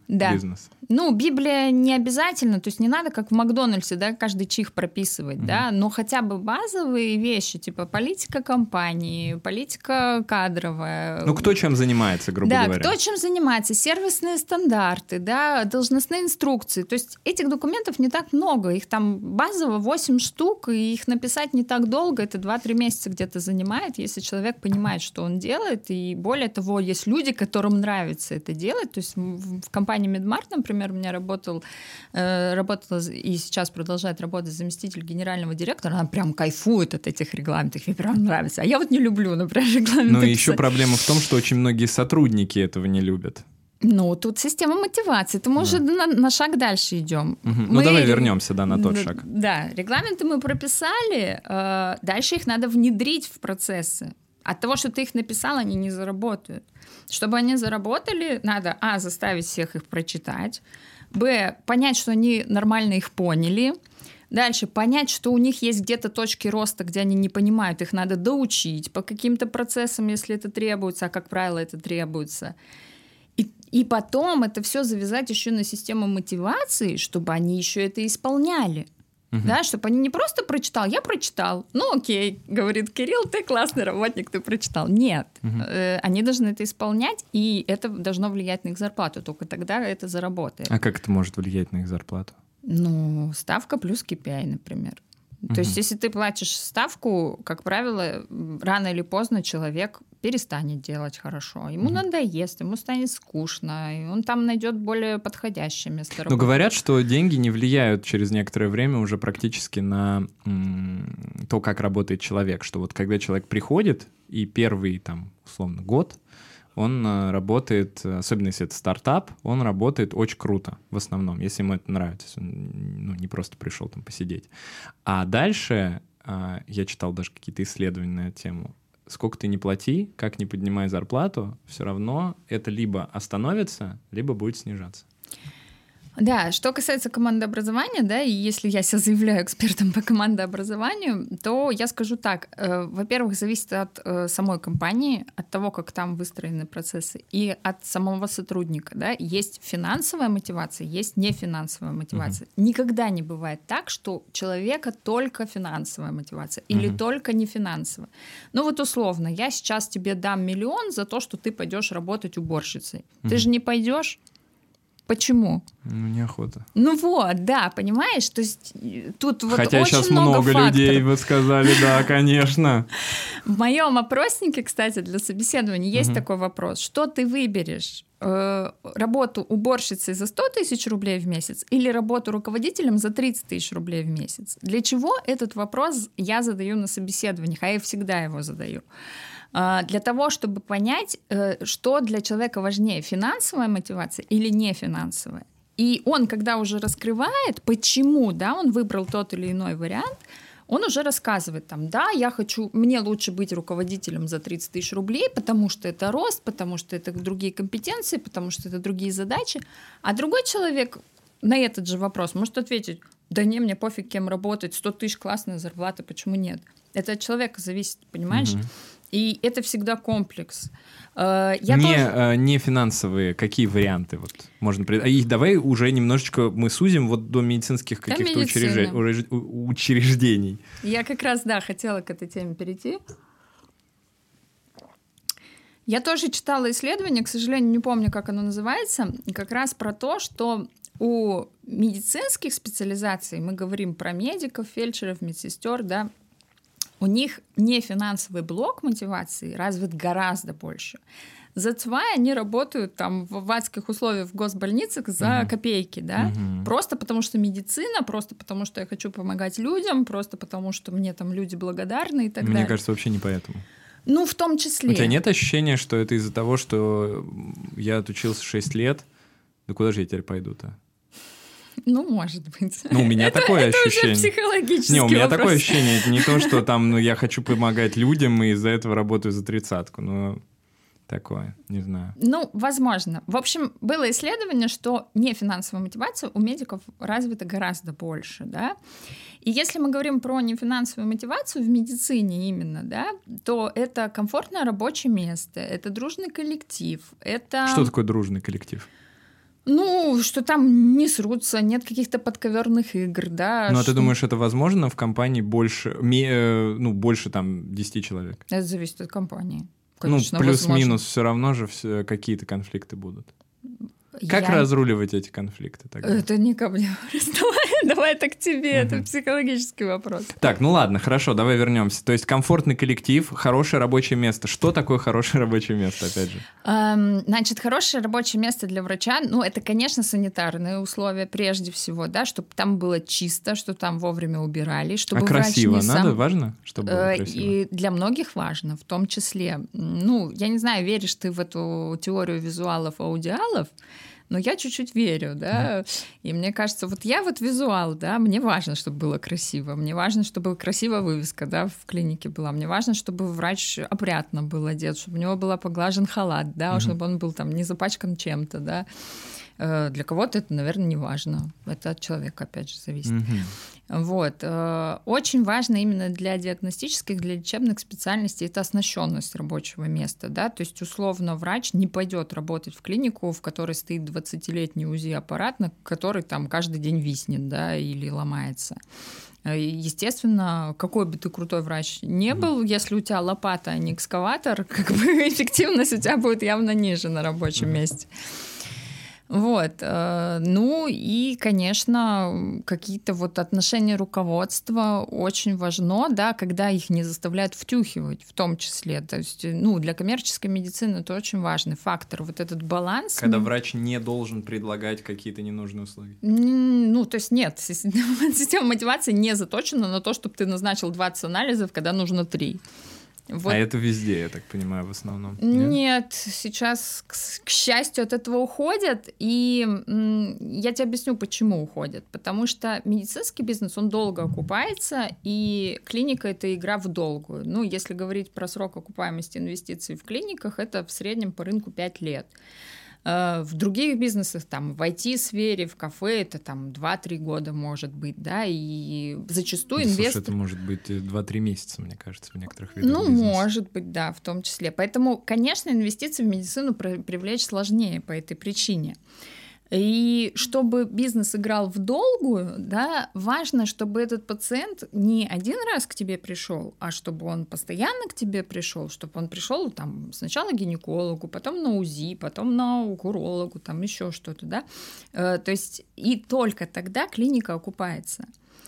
да. бизнес. Ну, Библия не обязательно, то есть не надо, как в Макдональдсе, да, каждый чих прописывать, mm-hmm. да, но хотя бы базовые вещи, типа политика компании, политика кадровая. Ну, кто чем занимается, грубо да, говоря. Да, кто чем занимается, сервисные стандарты, да, должностные инструкции. То есть этих документов не так много, их там базово восемь штук, и их написать не так долго, это два-три месяца где-то занимает, если человек понимает, что он делает, и более того, есть люди, которым нравится это делать, то есть в компании Медмарт, например, Например, у меня работал, э, работала и сейчас продолжает работать заместитель генерального директора, она прям кайфует от этих регламентов, ей прям нравится. А я вот не люблю, например, регламенты. Ну и еще проблема в том, что очень многие сотрудники этого не любят. Ну, тут система мотивации. Это мы да. уже на, на шаг дальше идем. Угу. Мы, ну, давай вернемся да, на тот да, шаг. Да, регламенты мы прописали, э, дальше их надо внедрить в процессы. От того, что ты их написал, они не заработают. Чтобы они заработали, надо, а, заставить всех их прочитать, б, понять, что они нормально их поняли, дальше понять, что у них есть где-то точки роста, где они не понимают, их надо доучить по каким-то процессам, если это требуется, а, как правило, это требуется. И, и потом это все завязать еще на систему мотивации, чтобы они еще это исполняли. Uh-huh. Да, чтобы они не просто прочитал, я прочитал, ну окей, говорит Кирилл, ты классный работник, ты прочитал. Нет, uh-huh. э, они должны это исполнять, и это должно влиять на их зарплату, только тогда это заработает. А как это может влиять на их зарплату? Ну, ставка плюс кей пи ай, например. Uh-huh. То есть если ты платишь ставку, как правило, рано или поздно человек перестанет делать хорошо. Ему uh-huh. надоест, ему станет скучно, и он там найдет более подходящее место работы. Но говорят, что деньги не влияют через некоторое время уже практически на м- то, как работает человек. Что вот когда человек приходит, и первый, там, условно, год, он а, работает, особенно если это стартап, он работает очень круто в основном, если ему это нравится. Он, ну, не просто пришел там посидеть. А дальше, а, я читал даже какие-то исследования на эту тему, сколько ты ни плати, как ни поднимай зарплату, все равно это либо остановится, либо будет снижаться. Да, что касается командообразования, да, и если я себя заявляю экспертом по командообразованию, то я скажу так. Э, во-первых, зависит от э, самой компании, от того, как там выстроены процессы, и от самого сотрудника, да. Есть финансовая мотивация, есть нефинансовая мотивация. Uh-huh. Никогда не бывает так, что у человека только финансовая мотивация uh-huh. или только нефинансовая. Ну вот условно, я сейчас тебе дам миллион за то, что ты пойдешь работать уборщицей. Uh-huh. Ты же не пойдешь? Почему? Ну, неохота. Ну вот, да, понимаешь? То есть тут вот Хотя очень сейчас много, много факторов. людей вы сказали, да, конечно. В моем опроснике, кстати, для собеседования есть uh-huh. такой вопрос. Что ты выберешь? Э, работу уборщицей за сто тысяч рублей в месяц или работу руководителем за тридцать тысяч рублей в месяц? Для чего этот вопрос я задаю на собеседованиях, а я всегда его задаю? Для того, чтобы понять, что для человека важнее, финансовая мотивация или не финансовая. И он, когда уже раскрывает, почему, да, он выбрал тот или иной вариант, он уже рассказывает там, да, я хочу, мне лучше быть руководителем за тридцать тысяч рублей, потому что это рост, потому что это другие компетенции, потому что это другие задачи. А другой человек на этот же вопрос может ответить, да не, мне пофиг, кем работать, сто тысяч классная зарплата, почему нет? Это от человека зависит, понимаешь? Угу. И это всегда комплекс. Я не, тоже... не финансовые, какие варианты вот можно пред... И давай уже немножечко мы сузим вот до медицинских каких-то учреж... учреждений. Я как раз, да, хотела к этой теме перейти. Я тоже читала исследование, к сожалению, не помню, как оно называется, как раз про то, что у медицинских специализаций, мы говорим про медиков, фельдшеров, медсестер, да, у них не финансовый блок мотивации развит гораздо больше. That's why они работают там в адских условиях в госбольницах за uh-huh. копейки, да? Uh-huh. Просто потому что медицина, просто потому что я хочу помогать людям, просто потому что мне там люди благодарны и так Мне далее. Мне кажется, вообще не поэтому. Ну, в том числе. У тебя нет ощущения, что это из-за того, что я отучился шесть лет, да куда же я теперь пойду-то? Ну, может быть. Ну, у меня это, такое это ощущение. Уже психологический Не, у меня вопрос. такое ощущение. Это не то, что там, ну, я хочу помогать людям, и из-за этого работаю за тридцатку. Ну, такое, не знаю. Ну, возможно. В общем, было исследование, что нефинансовая мотивация у медиков развита гораздо больше, да. И если мы говорим про нефинансовую мотивацию в медицине именно, да, то это комфортное рабочее место, это дружный коллектив, это... Что такое дружный коллектив? Ну, что там не срутся, нет каких-то подковерных игр, да. Ну, а что... ты думаешь, это возможно в компании больше, ну, больше там десяти человек? Это зависит от компании. Конечно, ну, плюс-минус все равно же все, какие-то конфликты будут. Как Я... разруливать эти конфликты тогда? Это не ко мне вопрос. Давай, давай это к тебе, uh-huh. это психологический вопрос. Так, ну ладно, хорошо, давай вернемся. То есть комфортный коллектив, хорошее рабочее место. Что такое хорошее рабочее место, опять же? Um, значит, хорошее рабочее место для врача, ну, это, конечно, санитарные условия прежде всего, да, чтобы там было чисто, чтобы там вовремя убирали, чтобы а врач красиво не надо? Сам... Важно, чтобы было красиво? И для многих важно, в том числе. Ну, я не знаю, веришь ты в эту теорию визуалов, аудиалов, но я чуть-чуть верю, да, mm. и мне кажется, вот я вот визуал, да, мне важно, чтобы было красиво, мне важно, чтобы красивая вывеска, да, в клинике была, мне важно, чтобы врач опрятно был одет, чтобы у него был поглажен халат, да, mm-hmm. чтобы он был там не запачкан чем-то, да. Для кого-то это, наверное, не важно. Это от человека, опять же, зависит. Mm-hmm. Вот. Очень важно именно для диагностических, для лечебных специальностей это оснащенность рабочего места. Да? То есть, условно, врач не пойдет работать в клинику, в которой стоит двадцатилетний УЗИ-аппарат, на который там каждый день виснет, да, или ломается. Естественно, какой бы ты крутой врач не был, mm-hmm. если у тебя лопата, а не экскаватор, как бы эффективность у тебя будет явно ниже на рабочем mm-hmm. месте. Вот, ну и, конечно, какие-то вот отношения руководства очень важно, да, когда их не заставляют втюхивать, в том числе, то есть, ну, для коммерческой медицины это очень важный фактор, вот этот баланс. Когда врач не должен предлагать какие-то ненужные услуги. Ну, то есть нет, система мотивации не заточена на то, чтобы ты назначил двадцать анализов, когда нужно три. Вот. А это везде, я так понимаю, в основном? Нет, Нет сейчас, к, к счастью, от этого уходят. И м, я тебе объясню, почему уходят. Потому что медицинский бизнес, он долго окупается, и клиника — это игра в долгую. Ну, если говорить про срок окупаемости инвестиций в клиниках, это в среднем по рынку пять лет. В других бизнесах, там, в ай ти-сфере, в кафе, это там два-три года может быть, да, и зачастую Слушай, инвестор... это может быть два-три месяца, мне кажется, в некоторых видах Ну, бизнеса. может быть, да, в том числе. Поэтому, конечно, инвестиции в медицину привлечь сложнее по этой причине. И чтобы бизнес играл в долгую, да, важно, чтобы этот пациент не один раз к тебе пришел, а чтобы он постоянно к тебе пришел, чтобы он пришел там сначала к гинекологу, потом на УЗИ, потом на урологу, там еще что-то, да. То есть и только тогда клиника окупается.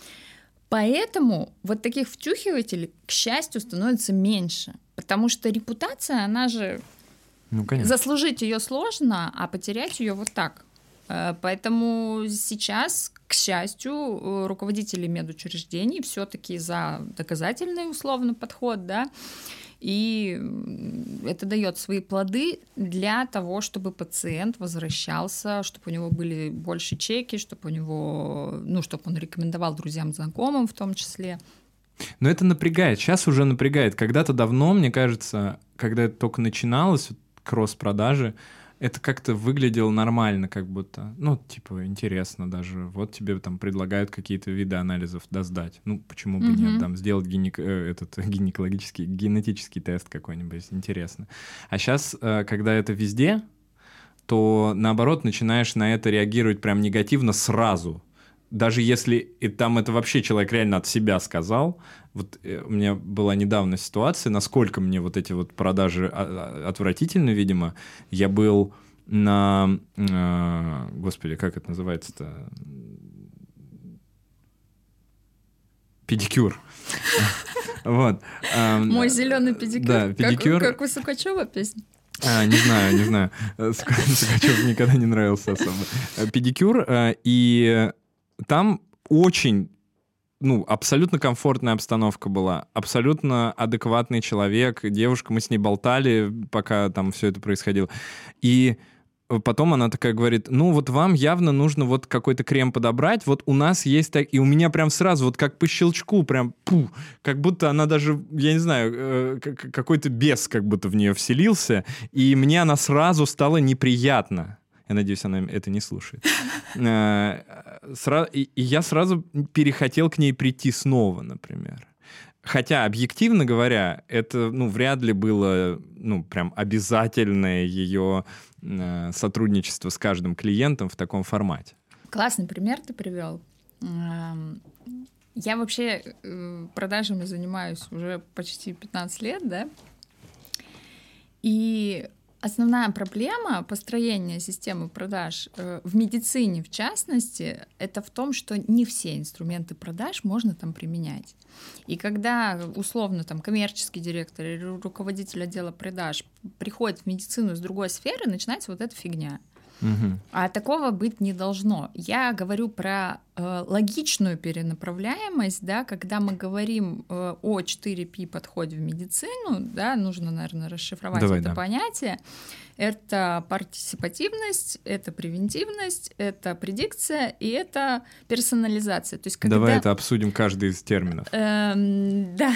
Поэтому вот таких втюхивателей, к счастью, становится меньше, потому что репутация, она же... Ну, конечно. Заслужить ее сложно, а потерять ее вот так. Поэтому сейчас, к счастью, руководители медучреждений все-таки за доказательный условно подход, да, и это дает свои плоды для того, чтобы пациент возвращался, чтобы у него были больше чеки, чтобы у него, ну, чтобы он рекомендовал друзьям, знакомым в том числе. Но это напрягает, сейчас уже напрягает. Когда-то давно, мне кажется, когда это только начиналось, кросс-продажи, это как-то выглядело нормально, как будто, ну, типа, интересно даже. Вот тебе там предлагают какие-то виды анализов, да, сдать. Ну, почему бы mm-hmm. нет, там, сделать гинек... этот гинекологический, генетический тест какой-нибудь, интересно. А сейчас, когда это везде, то, наоборот, начинаешь на это реагировать прям негативно сразу. Даже если и там это вообще человек реально от себя сказал. Вот у меня была недавно ситуация, насколько мне вот эти вот продажи отвратительны, видимо. Я был на... Э, господи, как это называется-то? Педикюр. Вот. Мой зеленый педикюр. Да, педикюр. Как у Сукачева песня. А, не знаю, не знаю. Сукачев никогда не нравился особо. Педикюр. И там очень... Ну, абсолютно комфортная обстановка была, абсолютно адекватный человек, девушка, мы с ней болтали, пока там все это происходило. И потом она такая говорит, ну вот вам явно нужно вот какой-то крем подобрать, вот у нас есть так... И у меня прям сразу вот как по щелчку, прям пу, как будто она даже, я не знаю, какой-то бес как будто в нее вселился, и мне она сразу стала неприятна. Я надеюсь, она это не слушает. И я сразу перехотел к ней прийти снова, например. Хотя, объективно говоря, это, ну, вряд ли было, ну, прям обязательное ее э, сотрудничество с каждым клиентом в таком формате. Классный пример ты привел. Я вообще продажами занимаюсь уже почти пятнадцать лет, да, и основная проблема построения системы продаж в медицине, в частности, это в том, что не все инструменты продаж можно там применять. И когда условно там коммерческий директор или руководитель отдела продаж приходит в медицину из другой сферы, начинается вот эта фигня. Угу. А такого быть не должно. Я говорю про э, логичную перенаправляемость, да, когда мы говорим э, о четыре пи подходе в медицину, да, нужно, наверное, расшифровать Давай, это да. понятие. Это партисипативность, это превентивность, это предикция и это персонализация. То есть, когда... Давай это обсудим каждый из терминов. Эм, да.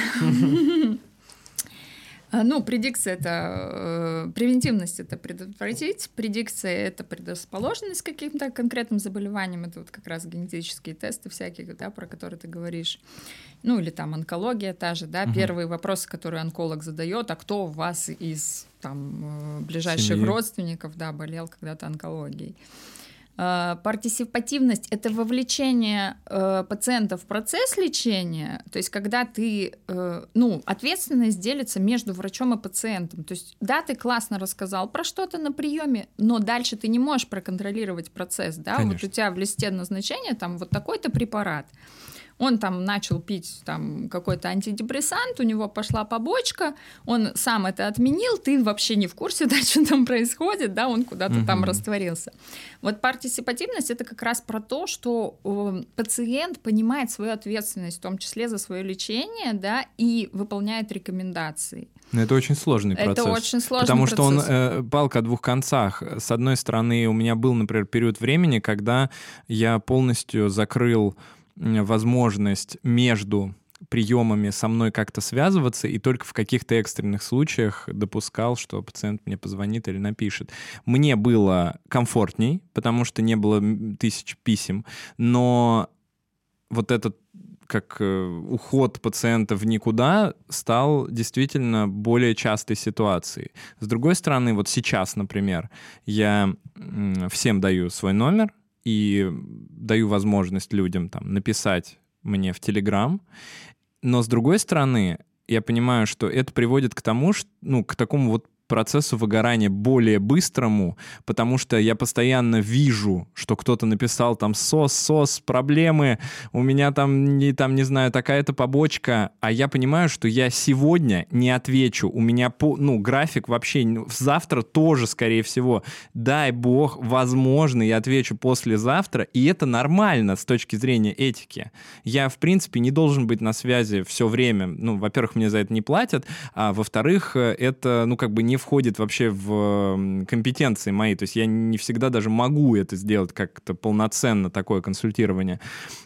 Ну, предикция — это э, превентивность, это предотвратить, предикция — это предрасположенность к каким-то конкретным заболеваниям, это вот как раз генетические тесты всякие, да, про которые ты говоришь, ну, или там онкология та же, да, угу. Первые вопросы, которые онколог задает: а кто у вас из там ближайших Семьи. родственников, да, болел когда-то онкологией. Партисипативность — это вовлечение э, пациента в процесс лечения, то есть когда ты, э, ну, ответственность делится между врачом и пациентом, то есть да, ты классно рассказал про что-то на приеме, но дальше ты не можешь проконтролировать процесс, да, Конечно. Вот у тебя в листе назначения там вот такой-то препарат, он там начал пить там какой-то антидепрессант, у него пошла побочка, он сам это отменил, ты вообще не в курсе, да, что там происходит, да, он куда-то угу. там растворился. Вот партисипативность — это как раз про то, что э, пациент понимает свою ответственность, в том числе за свое лечение, да, и выполняет рекомендации. Но это очень сложный процесс. Это очень сложный потому процесс. Потому что он э, палка о двух концах. С одной стороны, у меня был, например, период времени, когда я полностью закрыл возможность между приемами со мной как-то связываться, и только в каких-то экстренных случаях допускал, что пациент мне позвонит или напишет. Мне было комфортней, потому что не было тысяч писем, но вот этот как уход пациента в никуда стал действительно более частой ситуацией. С другой стороны, вот сейчас, например, я всем даю свой номер, и даю возможность людям там написать мне в Telegram. Но, с другой стороны, я понимаю, что это приводит к тому, что, ну, к такому вот процессу выгорания более быстрому, потому что я постоянно вижу, что кто-то написал там «сос, сос, проблемы, у меня там, не, там, не знаю, такая-то побочка», а я понимаю, что я сегодня не отвечу, у меня, по, ну, график вообще, завтра тоже, скорее всего, дай бог, возможно, я отвечу послезавтра, и это нормально с точки зрения этики. Я, в принципе, не должен быть на связи все время, ну, во-первых, мне за это не платят, а во-вторых, это, ну, как бы не входит вообще в компетенции мои. То есть я не всегда даже могу это сделать как-то полноценно, такое консультирование.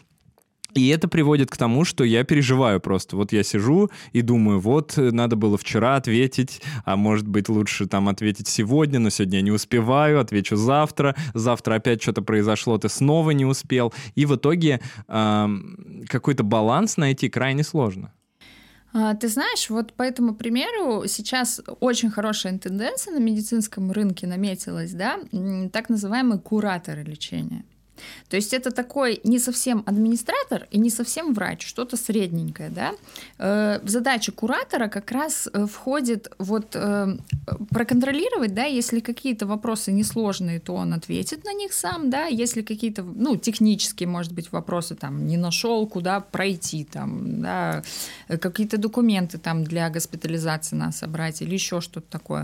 И это приводит к тому, что я переживаю просто. Вот я сижу и думаю, вот, надо было вчера ответить, а может быть лучше там ответить сегодня, но сегодня я не успеваю, отвечу завтра, завтра опять что-то произошло, ты снова не успел. И в итоге э, какой-то баланс найти крайне сложно. Ты знаешь, вот по этому примеру сейчас очень хорошая тенденция на медицинском рынке наметилась, да, так называемые кураторы лечения. То есть это такой не совсем администратор и не совсем врач, что-то средненькое, да. В задачи куратора как раз входит вот проконтролировать, да, если какие-то вопросы несложные, то он ответит на них сам, да, если какие-то, ну, технические, может быть, вопросы, там, не нашел, куда пройти, там, да, какие-то документы там для госпитализации надо собрать или еще что-то такое.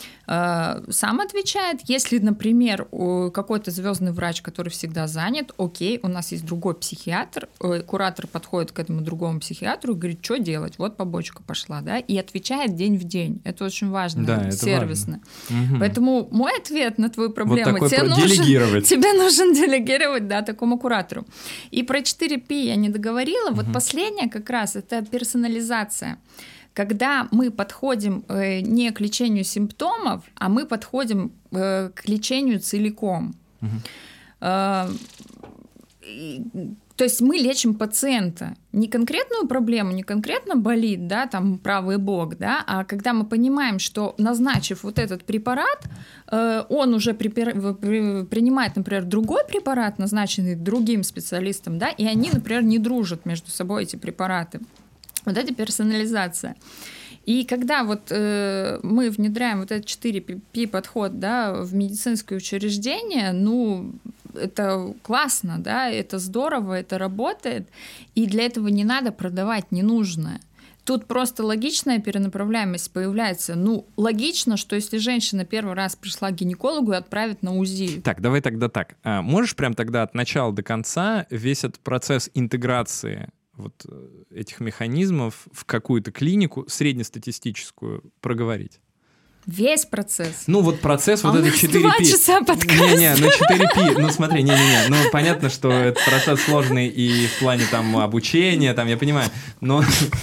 Сам отвечает. Если, например, какой-то звездный врач, который всегда занят, окей, у нас есть другой психиатр, куратор подходит к этому другому психиатру и говорит, что делать, вот побочка пошла, да, и отвечает день в день. Это очень важно, да, сервисно. Важно. Поэтому мой ответ на твою проблему, вот тебе, про- нужен, делегировать. тебе нужен делегировать, да, такому куратору. И про четыре пи я не договорила. Угу. Вот последнее как раз это персонализация. Когда мы подходим э, не к лечению симптомов, а мы подходим э, к лечению целиком. Uh-huh. Э, То есть мы лечим пациента, не конкретную проблему, не конкретно болит, да, там правый бок, да, а когда мы понимаем, что назначив вот этот препарат, э, он уже припер... принимает, например, другой препарат, назначенный другим специалистом, да, и они, например, не дружат между собой, эти препараты. Вот это персонализация. И когда вот э, мы внедряем вот этот четыре пи подход, да, в медицинское учреждение, ну, это классно, да, это здорово, это работает, и для этого не надо продавать ненужное. Тут просто логичная перенаправляемость появляется. Ну, логично, что если женщина первый раз пришла к гинекологу и отправит на УЗИ. Так, давай тогда так. А можешь прям тогда от начала до конца весь этот процесс интеграции вот этих механизмов в какую-то клинику среднестатистическую проговорить? Весь процесс. Ну, вот процесс а вот это четыре пи. два часа подкаста. Не-не, ну четыре пи, ну смотри, не-не-не, ну понятно, что это процесс сложный и в плане там обучения, там, я понимаю, но...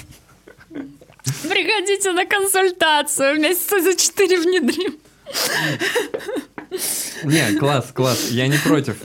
Приходите на консультацию, месяца за четыре внедрим. Не, класс, класс, я не против.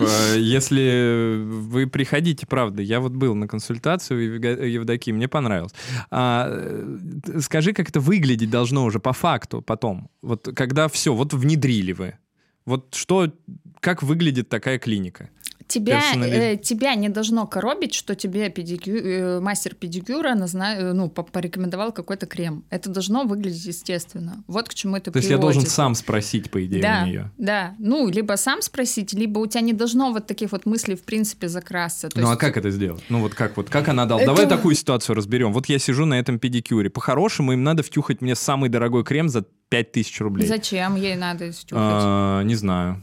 Если вы приходите, правда, я вот был на консультацию у Евдокии, мне понравилось. А, скажи, как это выглядеть должно уже по факту потом, вот когда все, вот внедрили вы, вот что, как выглядит такая клиника? Тебя, э, тебя не должно коробить, что тебе педикю... э, мастер педикюра назна... ну, порекомендовал какой-то крем. Это должно выглядеть естественно. Вот к чему это То приводит. есть я должен сам спросить, по идее, да, у нее. Да, ну, либо сам спросить, либо у тебя не должно вот таких вот мыслей в принципе закрасться. То ну, есть... а как это сделать? Ну, вот как, вот, как она дала? Это... Давай такую ситуацию разберем. Вот я сижу на этом педикюре. По-хорошему им надо втюхать мне самый дорогой крем за пять тысяч рублей. Зачем ей надо втюхать? А, не знаю.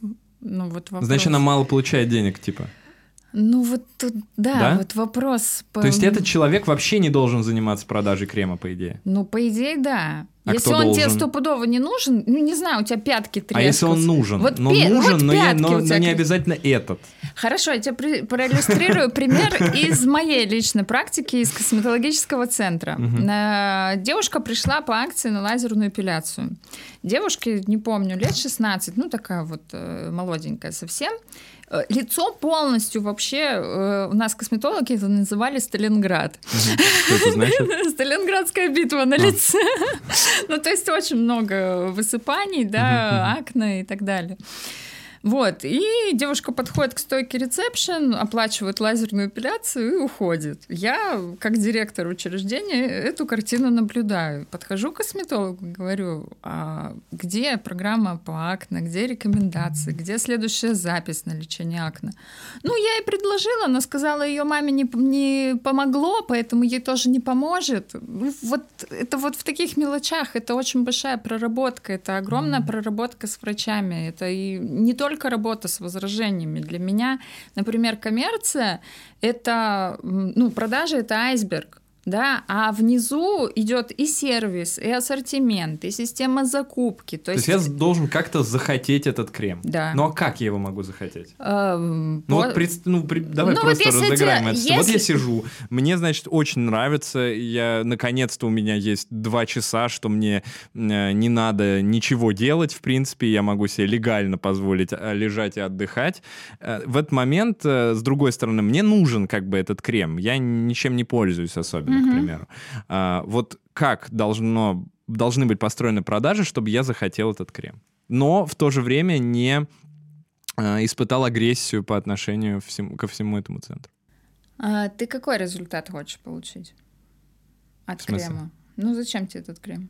Ну, вот вопрос. Значит, она мало получает денег, типа. Ну вот тут, да, да, вот вопрос. То есть этот человек вообще не должен заниматься продажей крема, по идее? Ну, по идее, да. А если кто он должен? тебе стопудово не нужен, ну, не знаю, у тебя пятки трескаются. А если он нужен? Вот но пе- нужен, вот но, я, но, тебя... но не обязательно этот. Хорошо, я тебе при- проиллюстрирую пример из моей личной практики, из косметологического центра. Uh-huh. Девушка пришла по акции на лазерную эпиляцию. Девушке, не помню, лет шестнадцать, ну, такая вот молоденькая совсем. Лицо полностью вообще, у нас косметологи это называли Сталинград. Угу. Что это значит? Сталинградская битва на а. лице. Ну, то есть очень много высыпаний, да, угу. акне и так далее. Вот, и девушка подходит к стойке ресепшн, оплачивает лазерную эпиляцию и уходит. Я, как директор учреждения, эту картину наблюдаю. Подхожу к косметологу, говорю, а где программа по акне, где рекомендации, где следующая запись на лечение акне? Ну, я ей предложила, но сказала, ее маме не, не помогло, поэтому ей тоже не поможет. Вот это вот в таких мелочах, это очень большая проработка, это огромная mm-hmm. проработка с врачами, это и не только только работа с возражениями. Для меня, например, коммерция — это, ну, продажа — это айсберг. Да, а внизу идет и сервис, и ассортимент, и система закупки. То, То есть... есть я должен как-то захотеть этот крем. Да. Ну а как я его могу захотеть? А, ну по... вот пред... ну, при... давай ну, просто вот разыграем это. Если... Вот я сижу, мне, значит, очень нравится, я наконец-то у меня есть два часа, что мне не надо ничего делать, в принципе, я могу себе легально позволить лежать и отдыхать. В этот момент, с другой стороны, мне нужен как бы этот крем, я ничем не пользуюсь особенно. К примеру. А, вот как должно, должны быть построены продажи, чтобы я захотел этот крем. Но в то же время не а, испытал агрессию по отношению всему, ко всему этому центру. А ты какой результат хочешь получить от крема? Ну, зачем тебе этот крем?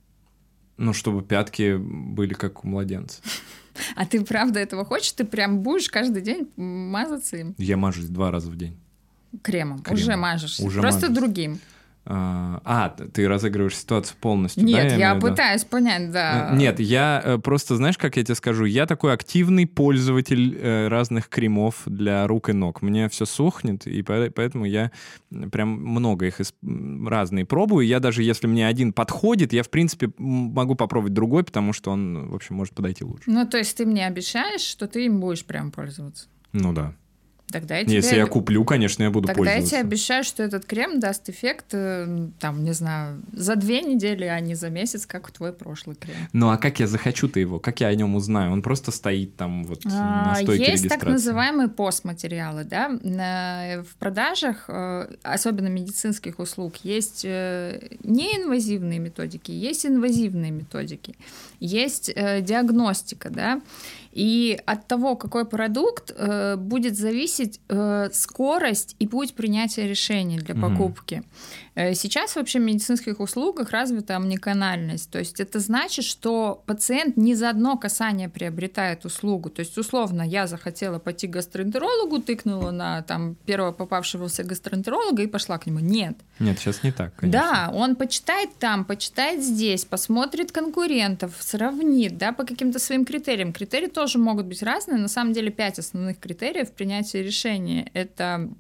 Ну, чтобы пятки были как у младенца. А ты правда этого хочешь? Ты прям будешь каждый день мазаться им? Я мажусь два раза в день. Кремом. Кремом. Уже мажешься. Уже Просто мажусь. Другим. А, а, ты разыгрываешь ситуацию полностью, Нет, да? я, я пытаюсь понять, да. Нет, я просто, знаешь, как я тебе скажу, я такой активный пользователь э, разных кремов для рук и ног. Мне все сохнет, и поэтому я прям много их из... разные пробую. Я даже, если мне один подходит, я, в принципе, могу попробовать другой, потому что он, в общем, может подойти лучше. Ну, то есть ты мне обещаешь, что ты им будешь прям пользоваться? Ну да. Тогда я тебе... Если я куплю, конечно, я буду Тогда пользоваться. Тогда я тебе обещаю, что этот крем даст эффект, там, не знаю, за две недели, а не за месяц, как твой прошлый крем. Ну, а как я захочу-то его? Как я о нем узнаю? Он просто стоит там вот на стойке Есть регистрации. так называемые постматериалы, да? В продажах, особенно медицинских услуг, есть неинвазивные методики, есть инвазивные методики, есть диагностика, да? И от того, какой продукт, э, будет зависеть э, скорость и путь принятия решений для покупки. Mm-hmm. Сейчас вообще в медицинских услугах развита омниканальность. То есть это значит, что пациент не за одно касание приобретает услугу. То есть, условно, я захотела пойти к гастроэнтерологу, тыкнула на там, первого попавшегося гастроэнтеролога и пошла к нему. Нет. Нет, сейчас не так, конечно. Да, он почитает там, почитает здесь, посмотрит конкурентов, сравнит, да, по каким-то своим критериям. Критерии тоже могут быть разные. На самом деле пять основных критериев принятия решения. Это...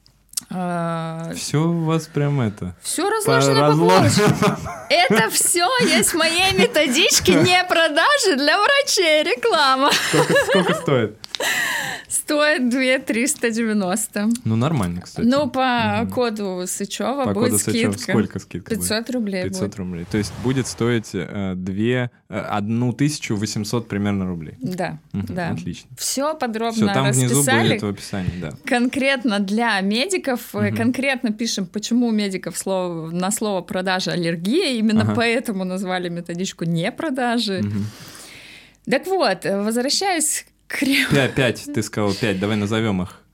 Э... Все у вас прям это... Все разложено по, по полочкам. Это все есть в моей методичке не продажи для врачей, реклама. Сколько, сколько стоит? Стоит две тысячи триста девяносто. Ну, нормально, кстати. Ну, по угу. коду Сычева по будет коду скидка. Сычева сколько скидка пятьсот будет? рублей пятьсот будет. рублей. То есть будет стоить э, две, э, одну тысячу восемьсот примерно рублей. Да, угу, да. Отлично. Все подробно Все, там расписали. внизу будет в описании, да. Конкретно для медиков, угу. конкретно пишем, почему у медиков слово, на слово продажа аллергия. Именно ага. поэтому назвали методичку не продажи. Угу. Так вот, возвращаясь Крем. Пять, пять, ты сказал пять, давай назовем их.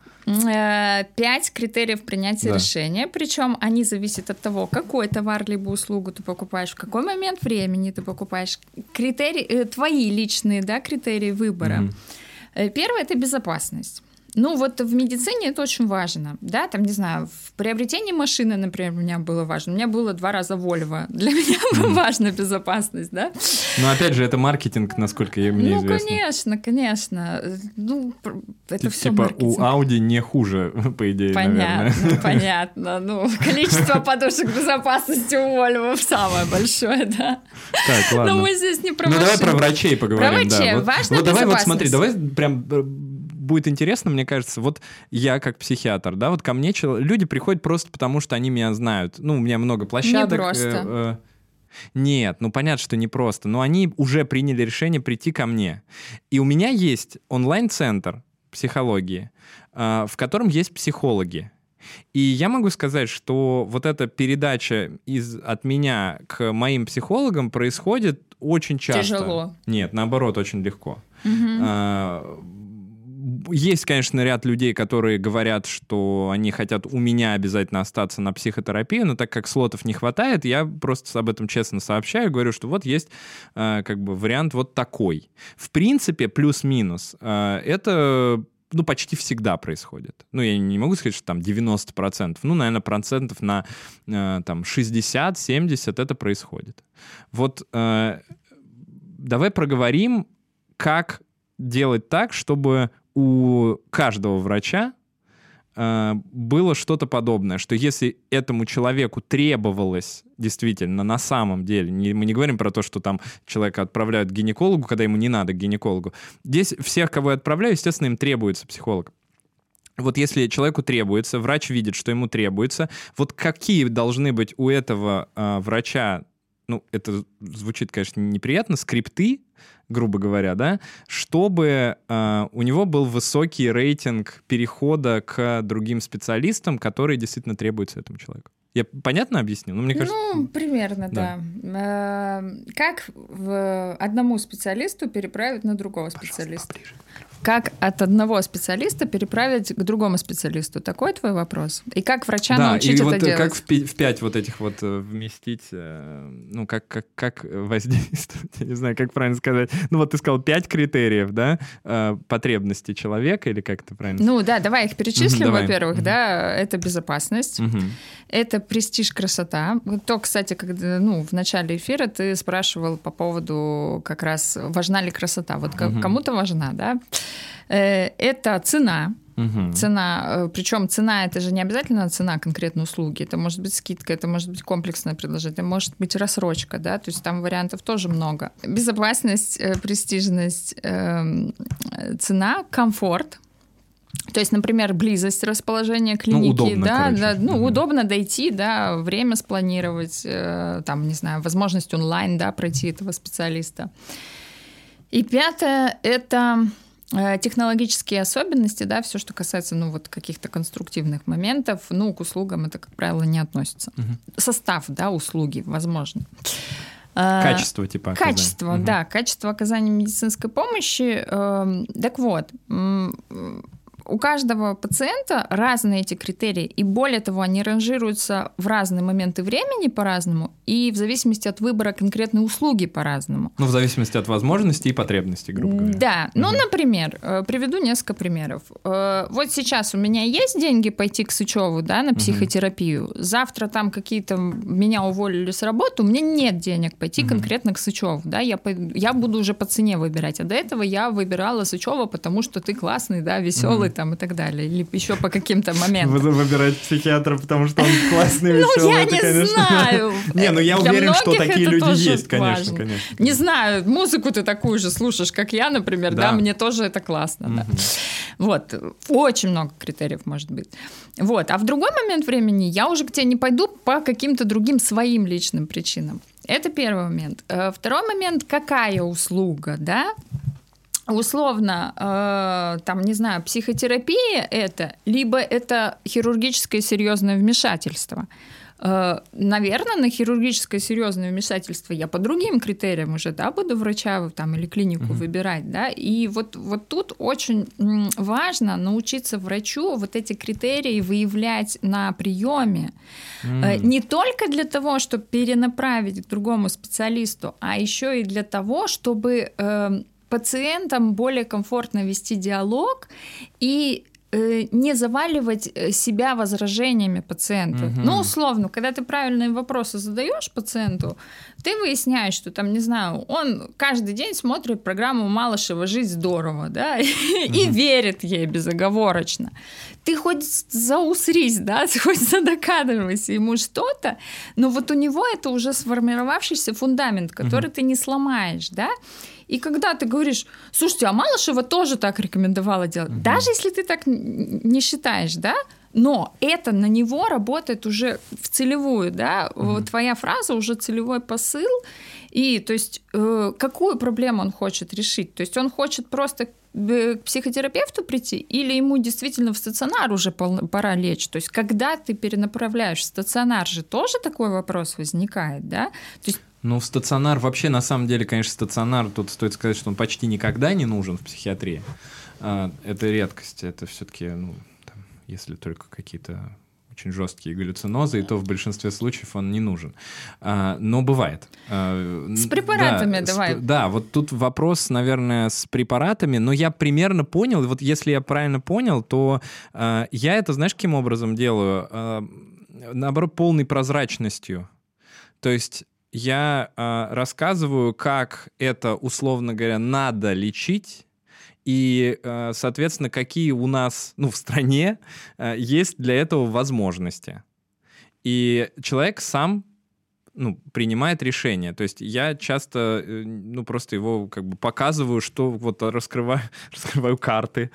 Пять критериев принятия да. решения, причем они зависят от того, какой товар либо услугу ты покупаешь, в какой момент времени ты покупаешь, критерии, твои личные, да, критерии выбора. Угу. Первое — это безопасность. Ну, вот в медицине это очень важно, да, там, не знаю, в приобретении машины, например, у меня было важно, у меня было два раза Volvo, для меня mm. важна безопасность, да. Но, опять же, это маркетинг, насколько мне ну, известно. Ну, конечно, конечно, ну, это Тип, все Типа маркетинг. у Audi не хуже, по идее, понятно, наверное. Понятно, ну, количество подушек безопасности у Volvo самое большое, да. Так, ладно. Но мы здесь не про Ну, машины. давай про врачей поговорим. Про врачей, да. важна вот, вот давай вот смотри, давай безопасность. прям... Будет интересно, мне кажется, вот я как психиатр, да, вот ко мне чел... люди приходят просто потому, что они меня знают. Ну, у меня много площадок. Не просто. Э, э, нет, ну понятно, что не просто, но они уже приняли решение прийти ко мне. И у меня есть онлайн-центр психологии, э, в котором есть психологи. И я могу сказать, что вот эта передача из, от меня к моим психологам происходит очень часто. Тяжело. Нет, наоборот, очень легко. Угу. А, есть, конечно, ряд людей, которые говорят, что они хотят у меня обязательно остаться на психотерапию, но так как слотов не хватает, я просто об этом честно сообщаю, говорю, что вот есть э, как бы вариант вот такой. В принципе, плюс-минус, э, это... ну, почти всегда происходит. Ну, я не могу сказать, что там девяносто процентов. Ну, наверное, процентов на э, там шестьдесят-семьдесят это происходит. Вот э, давай проговорим, как делать так, чтобы у каждого врача э, было что-то подобное, что если этому человеку требовалось действительно на самом деле, не, мы не говорим про то, что там человека отправляют к гинекологу, когда ему не надо к гинекологу. Здесь всех, кого я отправляю, естественно, им требуется психолог. Вот если человеку требуется, врач видит, что ему требуется, вот какие должны быть у этого э, врача, ну, это звучит, конечно, неприятно, скрипты, грубо говоря, да, чтобы э, у него был высокий рейтинг перехода к другим специалистам, которые действительно требуются этому человеку. Я понятно объяснил? Ну, мне кажется... ну примерно, да. да. Как в одному специалисту переправить на другого специалиста? Пожалуйста, как от одного специалиста переправить к другому специалисту? Такой твой вопрос? И как врача да, научить и это вот делать? Как в, пи- в пять вот этих вот вместить, ну, как, как, как воздействовать, я не знаю, как правильно сказать. Ну, вот ты сказал пять критериев, да, потребностей человека, или как это правильно? Ну, да, давай их перечислим, давай. Во-первых, да, это безопасность, это престиж, красота. То, кстати, когда, ну, в начале эфира ты спрашивал по поводу как раз, важна ли красота. Вот uh-huh. кому-то важна, да. Это цена. Uh-huh. Цена, причем цена — это же не обязательно цена конкретной услуги. Это может быть скидка, это может быть комплексное предложение, это может быть рассрочка, да, то есть там вариантов тоже много. Безопасность, престижность, цена, комфорт. То есть, например, близость расположения клиники, ну, удобно, да, короче. да, ну, угу. удобно дойти, да, время спланировать, э, там, не знаю, возможность онлайн, да, пройти этого специалиста. И пятое — это э, технологические особенности, да, все, что касается, ну, вот каких-то конструктивных моментов, ну, к услугам это, как правило, не относится. Угу. Состав, да, услуги, возможно. Качество, типа, оказания. Качество, угу. да, качество оказания медицинской помощи. Э, так вот, э, у каждого пациента разные эти критерии, и более того, они ранжируются в разные моменты времени по-разному и в зависимости от выбора конкретной услуги по-разному. Ну, в зависимости от возможностей и потребностей, грубо говоря. Да, угу. ну, например, приведу несколько примеров. Вот сейчас у меня есть деньги пойти к Сычеву, да, на психотерапию. Угу. Завтра там какие-то меня уволили с работы, у меня нет денег пойти угу. конкретно к Сычеву, да, я, я буду уже по цене выбирать. А до этого я выбирала Сычева, потому что ты классный, да, веселый, угу. там, и так далее, или еще по каким-то моментам. Буду выбирать психиатра, потому что он классный, веселый. Ну, я это, не конечно... знаю. Не, ну я уверен, что такие люди есть, конечно, конечно. Не знаю, музыку ты такую же слушаешь, как я, например, да, мне тоже это классно. Вот, очень много критериев может быть. Вот, а в другой момент времени я уже к тебе не пойду по каким-то другим своим личным причинам. Это первый момент. Второй момент, какая услуга, да? Условно, э, там, не знаю, психотерапия это, либо это хирургическое серьезное вмешательство. Э, наверное, на хирургическое серьезное вмешательство я по другим критериям уже, да, буду врача там, или клинику mm-hmm. выбирать, да, и вот, вот тут очень важно научиться врачу вот эти критерии выявлять на приеме. Mm. Э, не только для того, чтобы перенаправить к другому специалисту, а еще и для того, чтобы... Э, пациентам более комфортно вести диалог и э, не заваливать себя возражениями пациента. Угу. Ну, условно, когда ты правильные вопросы задаешь пациенту, ты выясняешь, что там, не знаю, он каждый день смотрит программу Малышева «Жить здорово», да, угу. и верит ей безоговорочно. Ты хоть заусрись, да, ты хоть задокадывайся ему что-то, но вот у него это уже сформировавшийся фундамент, который угу. ты не сломаешь, да. И когда ты говоришь, слушайте, а Малышева тоже так рекомендовала делать, угу. даже если ты так не считаешь, да, но это на него работает уже в целевую, да, угу. твоя фраза уже целевой посыл, и то есть э, какую проблему он хочет решить, то есть он хочет просто к психотерапевту прийти или ему действительно в стационар уже пора лечь, то есть когда ты перенаправляешь в стационар же тоже такой вопрос возникает, да, то есть ну, в стационар вообще, на самом деле, конечно, стационар, тут стоит сказать, что он почти никогда не нужен в психиатрии. Это редкость, это все-таки, ну, там, если только какие-то очень жесткие галлюцинозы, и то в большинстве случаев он не нужен. Но бывает. С препаратами да, давай. С, да, вот тут вопрос, наверное, с препаратами, но я примерно понял, вот если я правильно понял, то я это, знаешь, каким образом делаю? Наоборот, полной прозрачностью. То есть я э, рассказываю, как это, условно говоря, надо лечить, и, э, соответственно, какие у нас, ну, в стране э, есть для этого возможности. И человек сам, ну, принимает решение. То есть я часто, э, ну, просто его как бы показываю, что вот раскрываю, раскрываю карты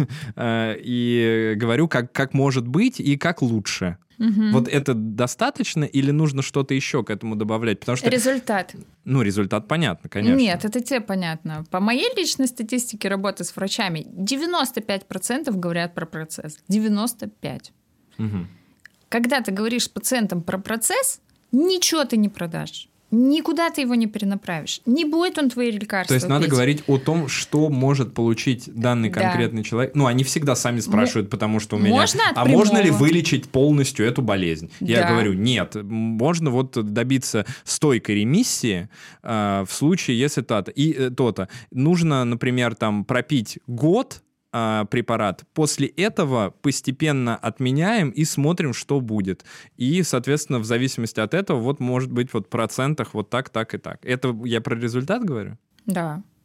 э, и говорю, как, как может быть и как лучше. Угу. Вот это достаточно или нужно что-то еще к этому добавлять? Потому что, результат. Ну, результат понятно, конечно. Нет, это тебе понятно. По моей личной статистике работы с врачами девяносто пять процентов говорят про процесс. девяносто пять процентов. Угу. Когда ты говоришь с пациентом про процесс, ничего ты не продашь. Никуда ты его не перенаправишь. Не будет он твои лекарства То есть пить. надо говорить о том, что может получить данный конкретный да. человек. Ну, они всегда сами спрашивают, потому что у меня... Можно а можно ли вылечить полностью эту болезнь? Да. Я говорю, нет. Можно вот добиться стойкой ремиссии э, в случае, если то-то. И э, то-то. Нужно, например, там пропить год препарат. После этого постепенно отменяем и смотрим, что будет. И, соответственно, в зависимости от этого, вот может быть вот в процентах вот так, так и так. Это я про результат говорю? Да.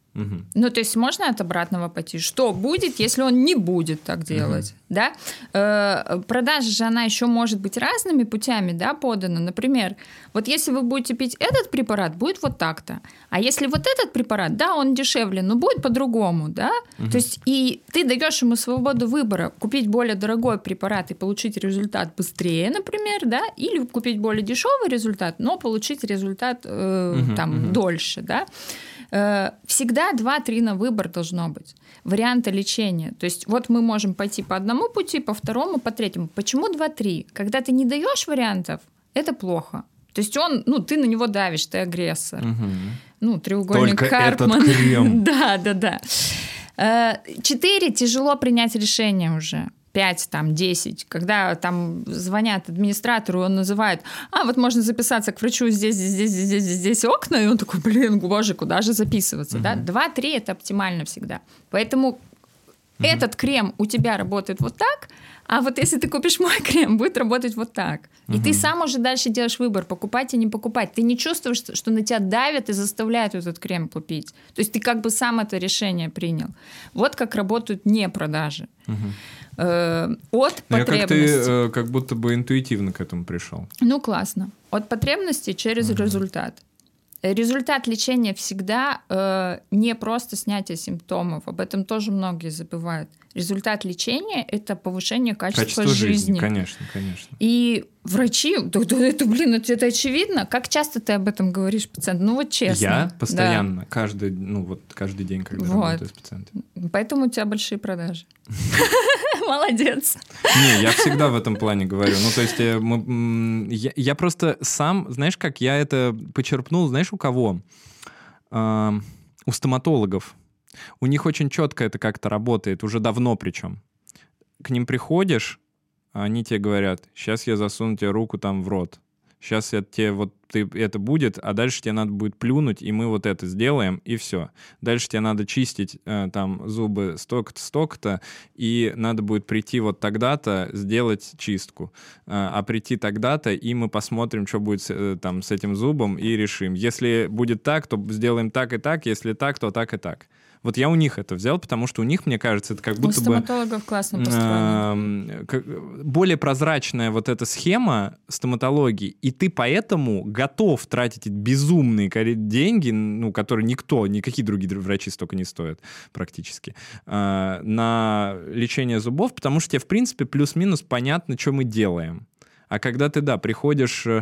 Угу. Ну, то есть можно от обратного пойти. Что будет, если он не будет так делать? Угу. Да? Э, продажа же, она еще может быть разными путями, да, подана. Например, вот если вы будете пить этот препарат, будет вот так-то. А если вот этот препарат, да, он дешевле, но будет по-другому, да? Угу. То есть и ты даешь ему свободу выбора купить более дорогой препарат и получить результат быстрее, например, да, или купить более дешевый результат, но получить результат э, угу, там угу. дольше, да? Всегда два-три на выбор должно быть. Варианты лечения. То есть вот мы можем пойти по одному пути, по второму, по третьему. Почему два-три? Когда ты не даешь вариантов, это плохо. То есть он, ну, ты на него давишь, ты агрессор. Угу. Ну, треугольник Только Карпман. Этот крем. Да, да, да. Четыре, тяжело принять решение уже. пять, там, десять, когда там звонят администратору, он называет, а, вот можно записаться к врачу здесь, здесь, здесь, здесь, здесь окна, и он такой, блин, боже, куда же записываться, uh-huh. да? два-три это оптимально всегда. Поэтому uh-huh. этот крем у тебя работает вот так, а вот если ты купишь мой крем, будет работать вот так. И uh-huh. ты сам уже дальше делаешь выбор, покупать и не покупать. Ты не чувствуешь, что на тебя давят и заставляют этот крем купить. То есть ты как бы сам это решение принял. Вот как работают не продажи. Uh-huh. От Но потребности. Я как ты как будто бы интуитивно к этому пришел. Ну, классно. От потребности через uh-huh. результат. Результат лечения всегда э, не просто снятие симптомов. Об этом тоже многие забывают. Результат лечения — это повышение качества, Качество жизни. жизни. Конечно, конечно. И врачи, да, да, это, блин, это, это очевидно. Как часто ты об этом говоришь пациенту? Ну вот честно. Я постоянно, да. каждый, ну вот каждый день, когда вот. работаю с пациентами. Поэтому у тебя большие продажи. Молодец. Не, я всегда в этом плане говорю. Ну, то есть я, мы, я, я просто сам, знаешь, как я это почерпнул, знаешь, у кого? Э, у стоматологов. У них очень четко это как-то работает, уже давно причем. К ним приходишь, они тебе говорят, сейчас я засуну тебе руку там в рот. Сейчас я тебе вот ты, это будет, а дальше тебе надо будет плюнуть, и мы вот это сделаем, и все. Дальше тебе надо чистить э, там зубы столько-то, столько-то, и надо будет прийти вот тогда-то, сделать чистку. Э, а прийти тогда-то, и мы посмотрим, что будет с, э, там, с этим зубом, и решим. Если будет так, то сделаем так и так, если так, то так и так. Вот я у них это взял, потому что у них, мне кажется, это как будто бы... У стоматологов классно построено. Э, более прозрачная вот эта схема стоматологии, и ты поэтому готов тратить безумные деньги, ну, которые никто, никакие другие врачи столько не стоят практически, э, на лечение зубов, потому что тебе, в принципе, плюс-минус понятно, что мы делаем. А когда ты, да, приходишь э,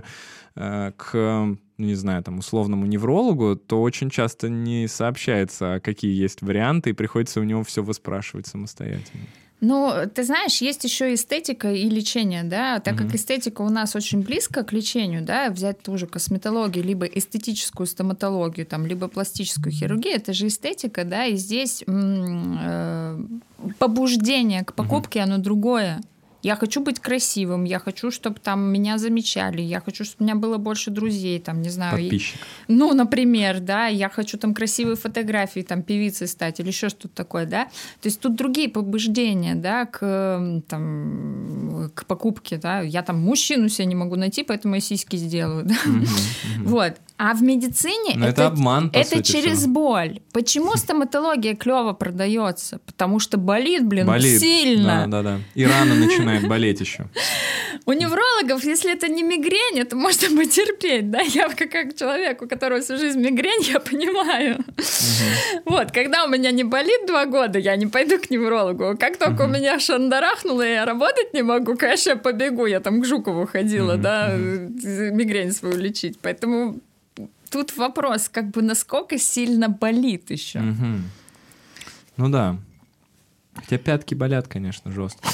к... не знаю, там, условному неврологу, то очень часто не сообщается, какие есть варианты, и приходится у него все выспрашивать самостоятельно. Ну, ты знаешь, есть еще эстетика и лечение, да, так mm-hmm. как эстетика у нас очень близко к лечению, да, взять ту же косметологию, либо эстетическую стоматологию, там, либо пластическую хирургию, это же эстетика, да, и здесь м- э- побуждение к покупке, mm-hmm. оно другое. Я хочу быть красивым, я хочу, чтобы там меня замечали, я хочу, чтобы у меня было больше друзей, там, не знаю. Подписчик. И, ну, например, да, я хочу там красивые фотографии, там, певицей стать или еще что-то такое, да. То есть тут другие побуждения, да, к, там, к покупке, да. Я там мужчину себе не могу найти, поэтому я сиськи сделаю, да. Mm-hmm, mm-hmm. Вот. А в медицине это, это обман, по это сути, через всего. боль. Почему стоматология клево продается? Потому что болит, блин, болит. сильно. Да, да, да. И рано начинает болеть еще. У неврологов, если это не мигрень, это можно потерпеть, да. Я как, как человек, у которого всю жизнь мигрень, я понимаю. Угу. Вот, когда у меня не болит два года, я не пойду к неврологу. Как только угу. у меня шандарахнуло, и я работать не могу, конечно, я побегу. Я там к Жукову ходила, угу. да, угу. мигрень свою лечить. Поэтому тут вопрос, как бы насколько сильно болит еще. Угу. Ну да. У тебя пятки болят, конечно, жестко.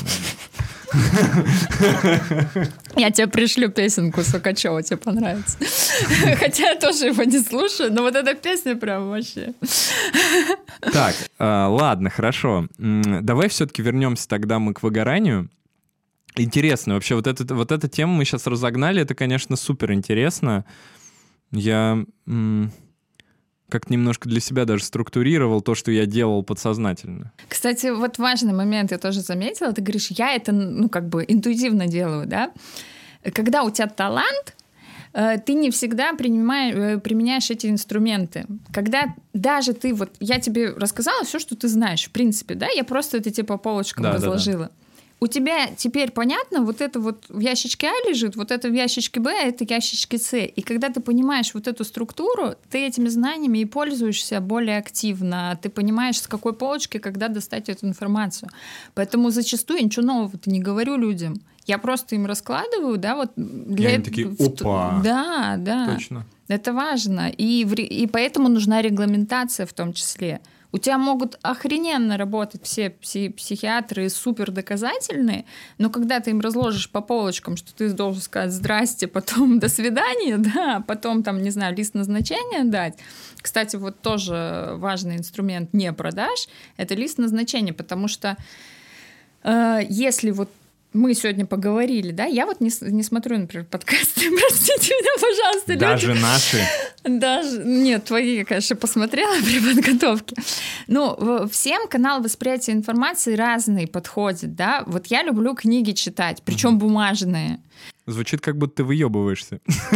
Я тебе пришлю песенку Сукачева, тебе понравится. Хотя я тоже его не слушаю, но вот эта песня прям вообще. Так, ладно, хорошо. Давай все-таки вернемся тогда мы к выгоранию. Интересно, вообще вот, это, вот эта тема мы сейчас разогнали, это, конечно, супер интересно. Я м- как-то немножко для себя даже структурировал то, что я делал подсознательно. Кстати, вот важный момент я тоже заметила. Ты говоришь, я это, ну, как бы интуитивно делаю, да? Когда у тебя талант, ты не всегда принимаешь, применяешь эти инструменты. Когда даже ты, вот я тебе рассказала все, что ты знаешь, в принципе, да, я просто это тебе по полочкам да, разложила. Да, да. У тебя теперь понятно, вот это вот в ящичке А лежит, вот это в ящичке Б, а это в ящичке С. И когда ты понимаешь вот эту структуру, ты этими знаниями и пользуешься более активно. Ты понимаешь, с какой полочки, когда достать эту информацию. Поэтому зачастую я ничего нового-то не говорю людям. Я просто им раскладываю, да, вот... Для... И они такие, опа! Да, да. Точно. Это важно. И, в... и поэтому нужна регламентация в том числе. У тебя могут охрененно работать все пси- психиатры супер доказательные, но когда ты им разложишь по полочкам, что ты должен сказать «здрасте», потом «до свидания», да, потом там, не знаю, лист назначения дать. Кстати, вот тоже важный инструмент не продаж — это лист назначения, потому что э, если вот мы сегодня поговорили, да, я вот не, не смотрю, например, подкасты, простите меня, пожалуйста. Даже люди. Наши? Даже, нет, твои я, конечно, посмотрела при подготовке. Ну, всем канал восприятия информации разный подходит, да. Вот я люблю книги читать, причем бумажные. Звучит, как будто ты выебываешься.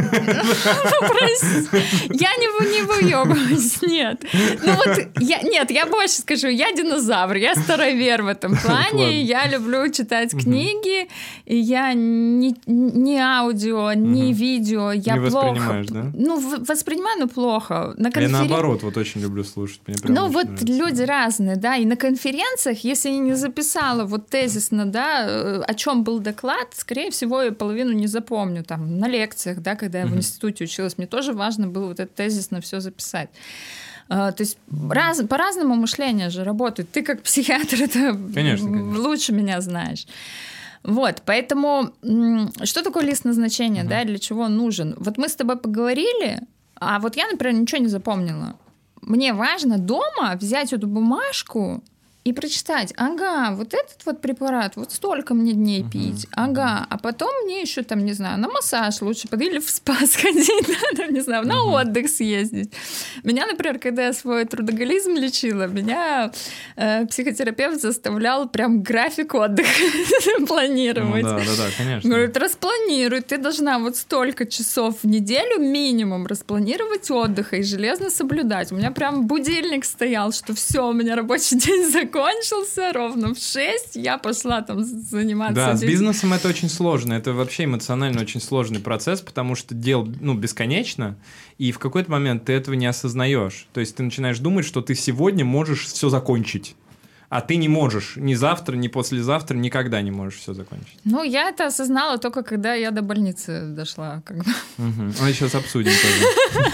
Я не выебываюсь, нет. Ну вот, я, нет, я больше скажу, я динозавр, я старовер в этом плане, я люблю читать книги, и я не, не аудио, не видео, я не плохо... воспринимаешь, да? Ну, воспринимаю, но плохо. На конферен... Я наоборот, вот очень люблю слушать. Мне прям ну вот нравится. Люди разные, да, и на конференциях, если я не записала вот тезисно, да, о чем был доклад, скорее всего, я половину не запомню, там, на лекциях, да, когда я uh-huh. в институте училась, мне тоже важно было вот этот тезисно все записать. Uh, то есть раз, по-разному мышление же работает. Ты как психиатр это конечно, конечно. лучше меня знаешь. Вот, поэтому что такое лист назначения, uh-huh. да, для чего он нужен? Вот мы с тобой поговорили, а вот я, например, ничего не запомнила. Мне важно дома взять эту бумажку и прочитать, ага, вот этот вот препарат, вот столько мне дней uh-huh. пить, ага, а потом мне еще там, не знаю, на массаж лучше, или в спа сходить, да, там, не знаю, на uh-huh. отдых съездить. Меня, например, когда я свой трудоголизм лечила, меня э, психотерапевт заставлял прям график отдыха планировать. Ну, да, да, да, конечно. Говорит, распланируй, ты должна вот столько часов в неделю минимум распланировать отдыха и железно соблюдать. У меня прям будильник стоял, что все, у меня рабочий день закончился. Кончился ровно в шесть, я пошла там заниматься. Да, с бизнесом это очень сложно, это вообще эмоционально очень сложный процесс, потому что дел, ну, бесконечно, и в какой-то момент ты этого не осознаешь. То есть ты начинаешь думать, что ты сегодня можешь все закончить, а ты не можешь ни завтра, ни послезавтра, никогда не можешь все закончить. Ну, я это осознала только когда я до больницы дошла. Как бы. Угу. Мы сейчас обсудим тоже.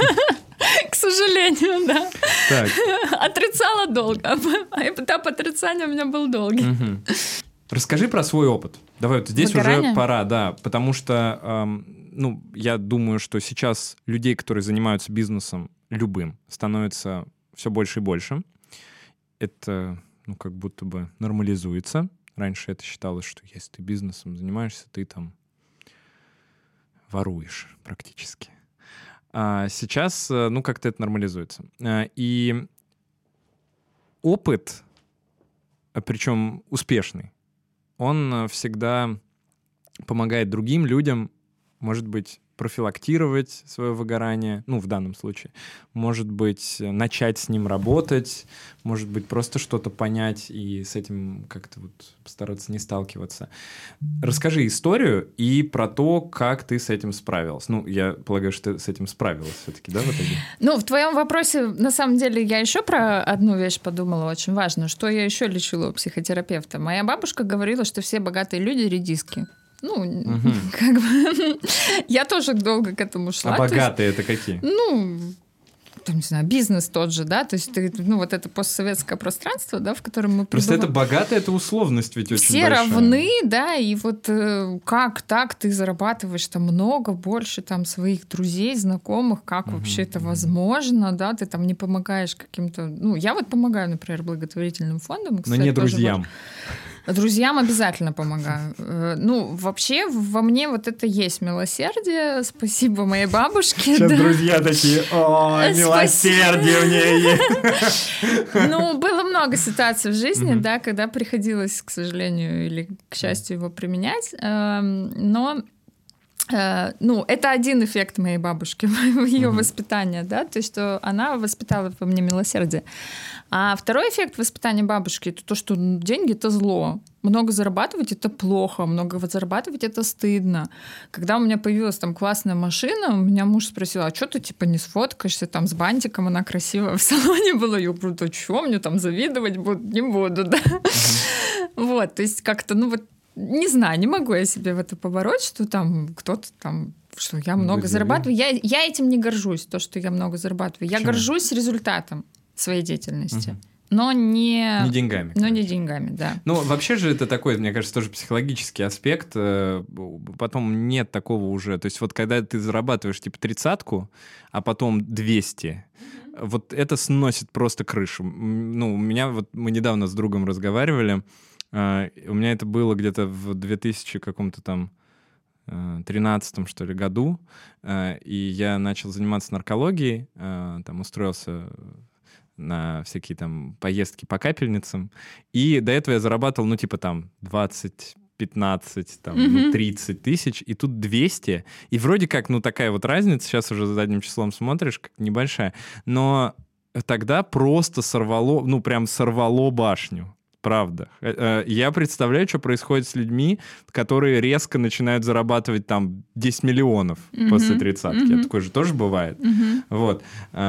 К сожалению, да. Так. Отрицала долго. А этап отрицания у меня был долгий. Угу. Расскажи про свой опыт. Давай, вот здесь Выгорание? Уже пора, да. Потому что, эм, ну, я думаю, что сейчас людей, которые занимаются бизнесом любым, становится все больше и больше. Это, ну, как будто бы нормализуется. Раньше это считалось, что если ты бизнесом занимаешься, ты там воруешь практически. А сейчас, ну, как-то это нормализуется. И опыт, причем успешный, он всегда помогает другим людям, может быть, профилактировать свое выгорание, ну, в данном случае, может быть, начать с ним работать, может быть, просто что-то понять и с этим как-то вот постараться не сталкиваться. Расскажи историю и про то, как ты с этим справилась. Ну, я полагаю, что ты с этим справилась все-таки, да, в итоге? Ну, в твоем вопросе, на самом деле, я еще про одну вещь подумала, очень важно, что я еще лечила у психотерапевта. Моя бабушка говорила, что все богатые люди — редиски. Ну, угу. как бы... Я тоже долго к этому шла. А богатые есть, это какие? Ну, там, не знаю, бизнес тот же, да, то есть ты, ну, вот это постсоветское пространство, да, в котором мы Просто пребываем. это богатое, это условность ведь очень Все большая. равны, да, и вот э, как так ты зарабатываешь там много больше там своих друзей, знакомых, как угу, вообще это угу. возможно, да, ты там не помогаешь каким-то... Ну, я вот помогаю, например, благотворительным фондам. Кстати, но не друзьям. Тоже... Друзьям обязательно помогаю. Ну, вообще, во мне вот это есть милосердие. Спасибо моей бабушке. Сейчас да. друзья такие, о, милосердие у нее есть. Ну, было много ситуаций в жизни, да, когда приходилось, к сожалению, или к счастью, его применять. Но Ну, это один эффект моей бабушки, ее uh-huh. воспитания, да, то есть что она воспитала во мне милосердие. А второй эффект воспитания бабушки — это то, что деньги — это зло. Много зарабатывать — это плохо, много зарабатывать — это стыдно. Когда у меня появилась там классная машина, у меня муж спросил: а что ты типа не сфоткаешься там с бантиком, она красивая в салоне была? Я говорю: да что, мне там завидовать буду? Не буду, да. Uh-huh. Вот, то есть как-то, ну вот, не знаю, не могу я себе в это побороть, что там кто-то там, что я много Вы зарабатываю. Я, я этим не горжусь, то, что я много зарабатываю. Я Почему? горжусь результатом своей деятельности. Угу. Но не... Не деньгами. Но не деньгами, да. Ну, вообще же это такой, мне кажется, тоже психологический аспект. Потом нет такого уже. То есть вот когда ты зарабатываешь типа тридцатку, а потом двести, mm-hmm. вот это сносит просто крышу. Ну, у меня вот... Мы недавно с другом разговаривали. Uh, у меня это было где-то в две тысячи каком-то там тринадцатом, что ли, году, uh, и я начал заниматься наркологией, uh, там устроился на всякие там поездки по капельницам, и до этого я зарабатывал, ну, типа там двадцать, пятнадцать, там, mm-hmm. ну, тридцать тысяч, и тут двести, и вроде как, ну, такая вот разница, сейчас уже задним числом смотришь, как небольшая, но тогда просто сорвало, ну, прям сорвало башню. Правда. Я представляю, что происходит с людьми, которые резко начинают зарабатывать там десять миллионов mm-hmm. после тридцатки. Mm-hmm. Такое же тоже бывает. Mm-hmm. Вот.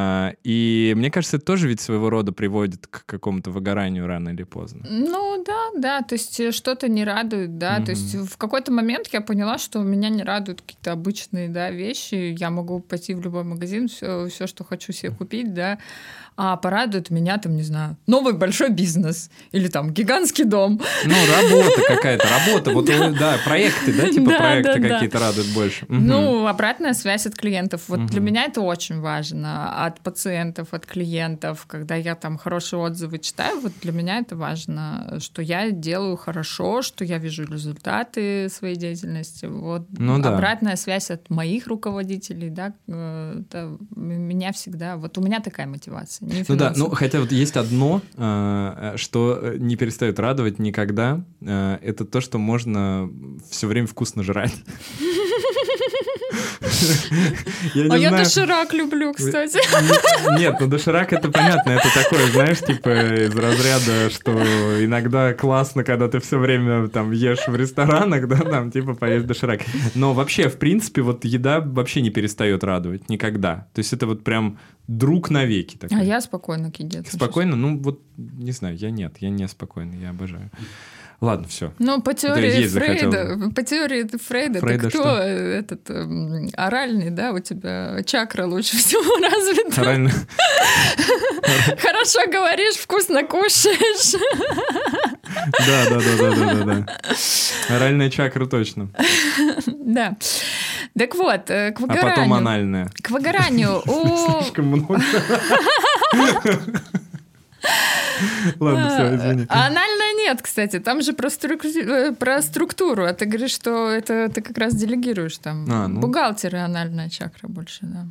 И мне кажется, это тоже ведь своего рода приводит к какому-то выгоранию рано или поздно. Ну да, да. То есть что-то не радует, да. Mm-hmm. То есть в какой-то момент я поняла, что меня не радуют какие-то обычные, да, вещи. Я могу пойти в любой магазин, все, все, что хочу себе купить, да. А порадует меня, там, не знаю, новый большой бизнес или там гигантский дом. Ну, работа какая-то, работа. Вот, да. да, проекты, да, типа да, проекты да, какие-то да. радуют больше. Угу. Ну, обратная связь от клиентов. Вот угу. для меня это очень важно. От пациентов, от клиентов. Когда я там хорошие отзывы читаю, вот для меня это важно, что я делаю хорошо, что я вижу результаты своей деятельности. Вот ну, да. обратная связь от моих руководителей, да, это меня всегда... Вот у меня такая мотивация. Ну да, ну хотя вот есть одно, что не перестает радовать никогда, это то, что можно все время вкусно жрать. А я доширак люблю, кстати. Нет, ну доширак это понятно, это такое, знаешь, типа из разряда, что иногда классно, когда ты все время там ешь в ресторанах, да, там типа поешь доширак. Но вообще, в принципе, вот еда вообще не перестает радовать никогда. То есть это вот прям друг навеки такой. А я спокойно к еде. Спокойно? Ну вот, не знаю, я нет, я не спокойный, я обожаю. Ладно, все. Ну, по теории Фрейда, по теории Фрейда, Фрейда кто что? Этот э, оральный, да, у тебя чакра лучше всего развита. Орально. Хорошо говоришь, вкусно кушаешь. Да, да, да, да, да, да. Оральная чакра точно. Да. Так вот, к выгоранию. А потом анальная. К выгоранию. Слишком много. Ладно, все, извини. А анальная нет, кстати. Там же про, струк... про структуру. А ты говоришь, что это ты как раз делегируешь там. А, ну... Бухгалтеры анальная чакра больше, да.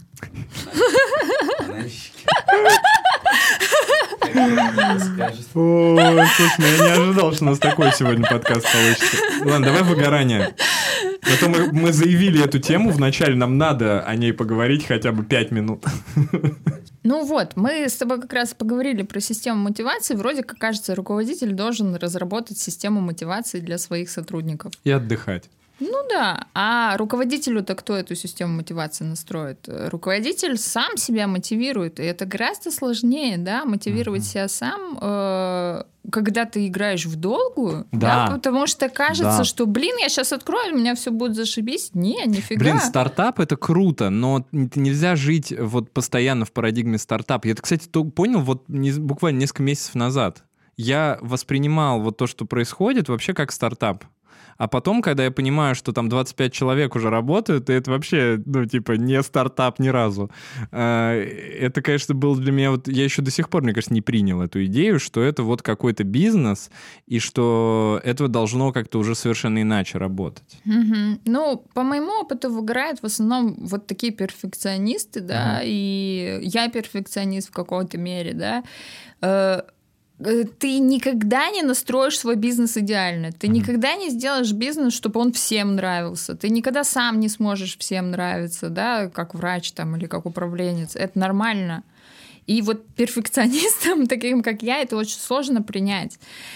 О, слушай, я не ожидал, что у нас такой сегодня подкаст получится. Ладно, давай выгорание. А то мы, мы заявили эту тему вначале, нам надо о ней поговорить хотя бы пять минут. Ну вот, мы с тобой как раз поговорили про систему мотивации. Вроде как, кажется, руководитель должен разработать систему мотивации для своих сотрудников. И отдыхать. Ну да, а руководителю-то кто эту систему мотивации настроит? Руководитель сам себя мотивирует, и это гораздо сложнее, да, мотивировать uh-huh. себя сам, э- когда ты играешь в долгую, да, да потому что кажется, да. что, блин, я сейчас открою, у меня все будет зашибись. Не, нифига. Блин, стартап — это круто, но нельзя жить вот постоянно в парадигме стартапа. Я это, кстати, понял вот буквально несколько месяцев назад. Я воспринимал вот то, что происходит, вообще как стартап. А потом, когда я понимаю, что там двадцать пять человек уже работают, и это вообще, ну, типа, не стартап ни разу. Это, конечно, было для меня... Вот я еще до сих пор, мне кажется, не принял эту идею, что это вот какой-то бизнес, и что это должно как-то уже совершенно иначе работать. Mm-hmm. Ну, по моему опыту выгорают в основном вот такие перфекционисты, да, mm-hmm. и я перфекционист в какой-то мере, да. ты никогда не настроишь свой бизнес идеально. Ты mm-hmm. никогда не сделаешь бизнес, чтобы он всем нравился. Ты никогда сам не сможешь всем нравиться, да, как врач там или как управленец. Это нормально. И вот перфекционистам, таким как я, это очень сложно принять.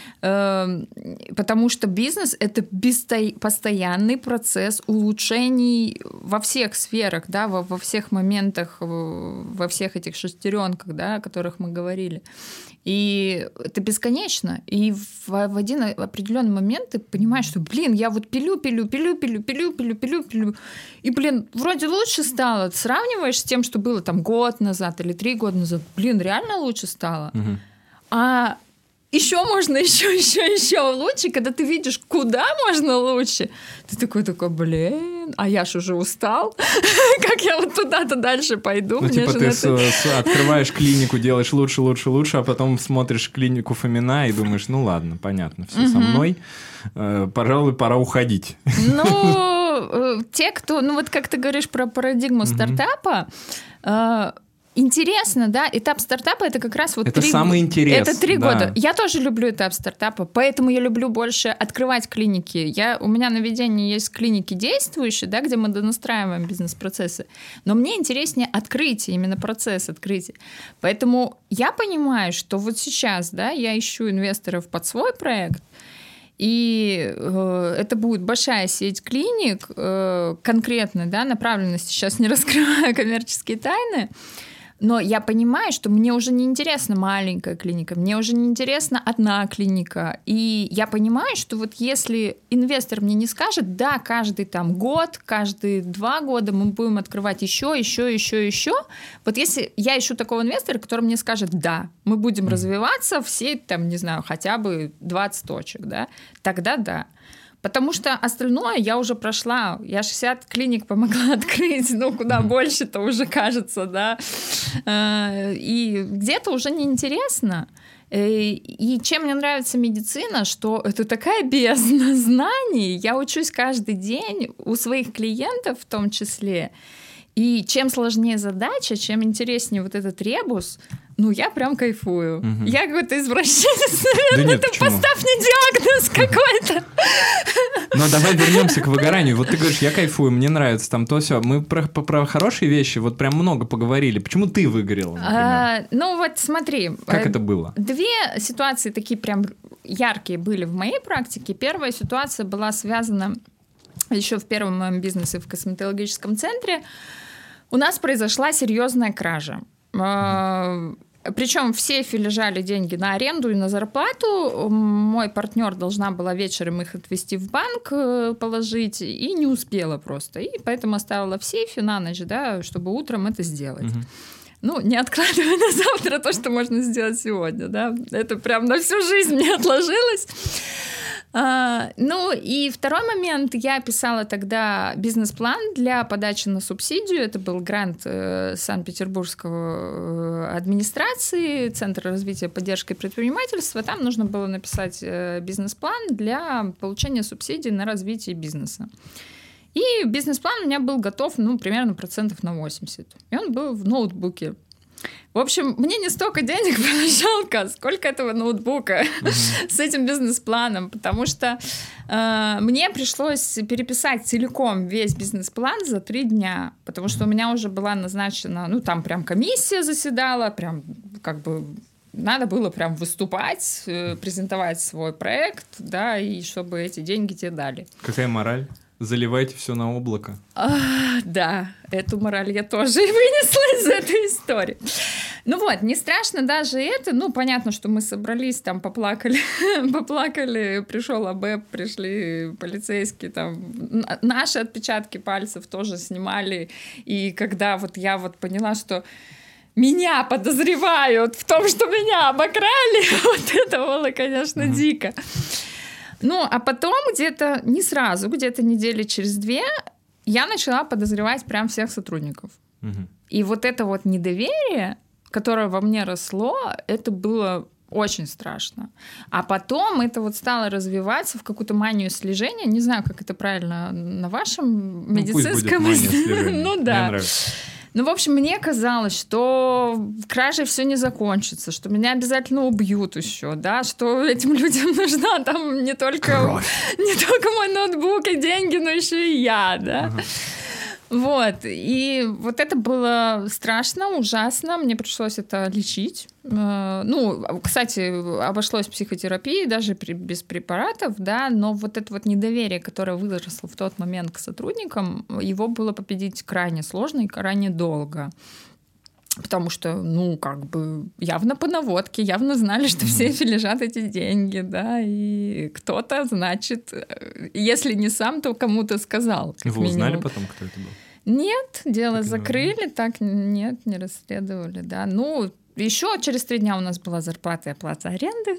Потому что бизнес — это постоянный процесс улучшений во всех сферах, да, во, во всех моментах, во всех этих шестеренках, да, о которых мы говорили. И это бесконечно. И в, в один определенный момент ты понимаешь, что, блин, я вот пилю, пилю, пилю, пилю, пилю, пилю, пилю, пилю. И, блин, вроде лучше стало. Сравниваешь с тем, что было там год назад или три года назад. Блин, реально лучше стало. Угу. А еще можно, еще, еще, еще лучше, когда ты видишь, куда можно лучше. Ты такой, такой, блин, а я ж уже устал. Как я вот туда-то дальше пойду? Ну, типа ты открываешь клинику, делаешь лучше, лучше, лучше, а потом смотришь клинику Фомина и думаешь, ну ладно, понятно, все со мной. Пожалуй, пора уходить. Ну, те, кто, ну вот как ты говоришь про парадигму стартапа, интересно, да, этап стартапа — это как раз вот... Это три... самый интерес. Это три да. года. Я тоже люблю этап стартапа, поэтому я люблю больше открывать клиники. Я, у меня на ведении есть клиники действующие, да, где мы донастраиваем бизнес-процессы, но мне интереснее открытие, именно процесс открытия. Поэтому я понимаю, что вот сейчас, да, я ищу инвесторов под свой проект, и э, это будет большая сеть клиник, э, конкретно, да, направленности, сейчас не раскрываю коммерческие тайны, но я понимаю, что мне уже не интересна маленькая клиника, мне уже не интересна одна клиника. И я понимаю, что вот если инвестор мне не скажет, да, каждый там год, каждые два года мы будем открывать еще, еще, еще, еще. Вот если я ищу такого инвестора, который мне скажет, да, мы будем развиваться все, там, не знаю, хотя бы двадцать точек, да, тогда да. Потому что остальное я уже прошла. Я шестьдесят клиник помогла открыть, ну, куда больше-то уже кажется, да. И где-то уже неинтересно. И чем мне нравится медицина, что это такая бездна знаний. Я учусь каждый день у своих клиентов в том числе. И чем сложнее задача, чем интереснее вот этот ребус, ну, я прям кайфую. Угу. Я какой-то извращенец, наверное, да нет, ты поставь мне диагноз какой-то. Ну, давай вернемся к выгоранию. Вот ты говоришь, я кайфую, мне нравится там то все. Мы про, про, про хорошие вещи вот прям много поговорили. Почему ты выгорела, например? А, ну, вот смотри. Как это было? Две ситуации такие прям яркие были в моей практике. Первая ситуация была связана еще в первом моем бизнесе в косметологическом центре. У нас произошла серьезная кража. Mm-hmm. Причем в сейфе лежали деньги на аренду и на зарплату. Мой партнер должна была вечером их отвезти в банк, положить, и не успела просто. И поэтому оставила в сейфе на ночь, да, чтобы утром это сделать. Mm-hmm. Ну, не откладывая на завтра то, что можно сделать сегодня, да. Это прям на всю жизнь мне отложилось. Uh, ну и второй момент, я писала тогда бизнес-план для подачи на субсидию, это был грант э, Санкт-Петербургского э, администрации, Центра развития поддержки предпринимательства, там нужно было написать э, бизнес-план для получения субсидий на развитие бизнеса. И бизнес-план у меня был готов, ну, примерно процентов на восемьдесят, и он был в ноутбуке. В общем, мне не столько денег было жалко, сколько этого ноутбука mm-hmm. с этим бизнес-планом, потому что э, мне пришлось переписать целиком весь бизнес-план за три дня, потому что у меня уже была назначена, ну, там прям комиссия заседала, прям как бы надо было прям выступать, э, презентовать свой проект, да, и чтобы эти деньги тебе дали. Какая мораль? Заливайте все на облако. А, да, эту мораль я тоже и вынесла из этой истории. Ну вот, не страшно даже это. Ну, понятно, что мы собрались, там поплакали, поплакали, пришел АБЭП, пришли полицейские, там наши отпечатки пальцев тоже снимали. И когда вот я вот поняла, что меня подозревают в том, что меня обокрали, вот это было, конечно, mm-hmm. дико. Ну, а потом где-то, не сразу, где-то недели через две я начала подозревать прям всех сотрудников. Угу. И вот это вот недоверие, которое во мне росло, это было очень страшно. А потом это вот стало развиваться в какую-то манию слежения. Не знаю, как это правильно на вашем медицинском... Ну, пусть будет мания слежения. Ну, да. Мне нравится. Ну, в общем, мне казалось, что кражей все не закончится, что меня обязательно убьют еще, да, что этим людям нужна там не только, не только мой ноутбук и деньги, но еще и я, да. Ага. Вот, и вот это было страшно, ужасно, мне пришлось это лечить. Ну, кстати, обошлось психотерапией, даже при, без препаратов, да, но вот это вот недоверие, которое выросло в тот момент к сотрудникам, его было победить крайне сложно и крайне долго. Потому что, ну, как бы явно по наводке, явно знали, что в сейфе лежат эти деньги, да, и кто-то, значит, если не сам, то кому-то сказал. Вы минимум. Узнали потом, кто это был? Нет, дело так закрыли, так нет, не расследовали, да. Ну, еще через три дня у нас была зарплата и оплата аренды.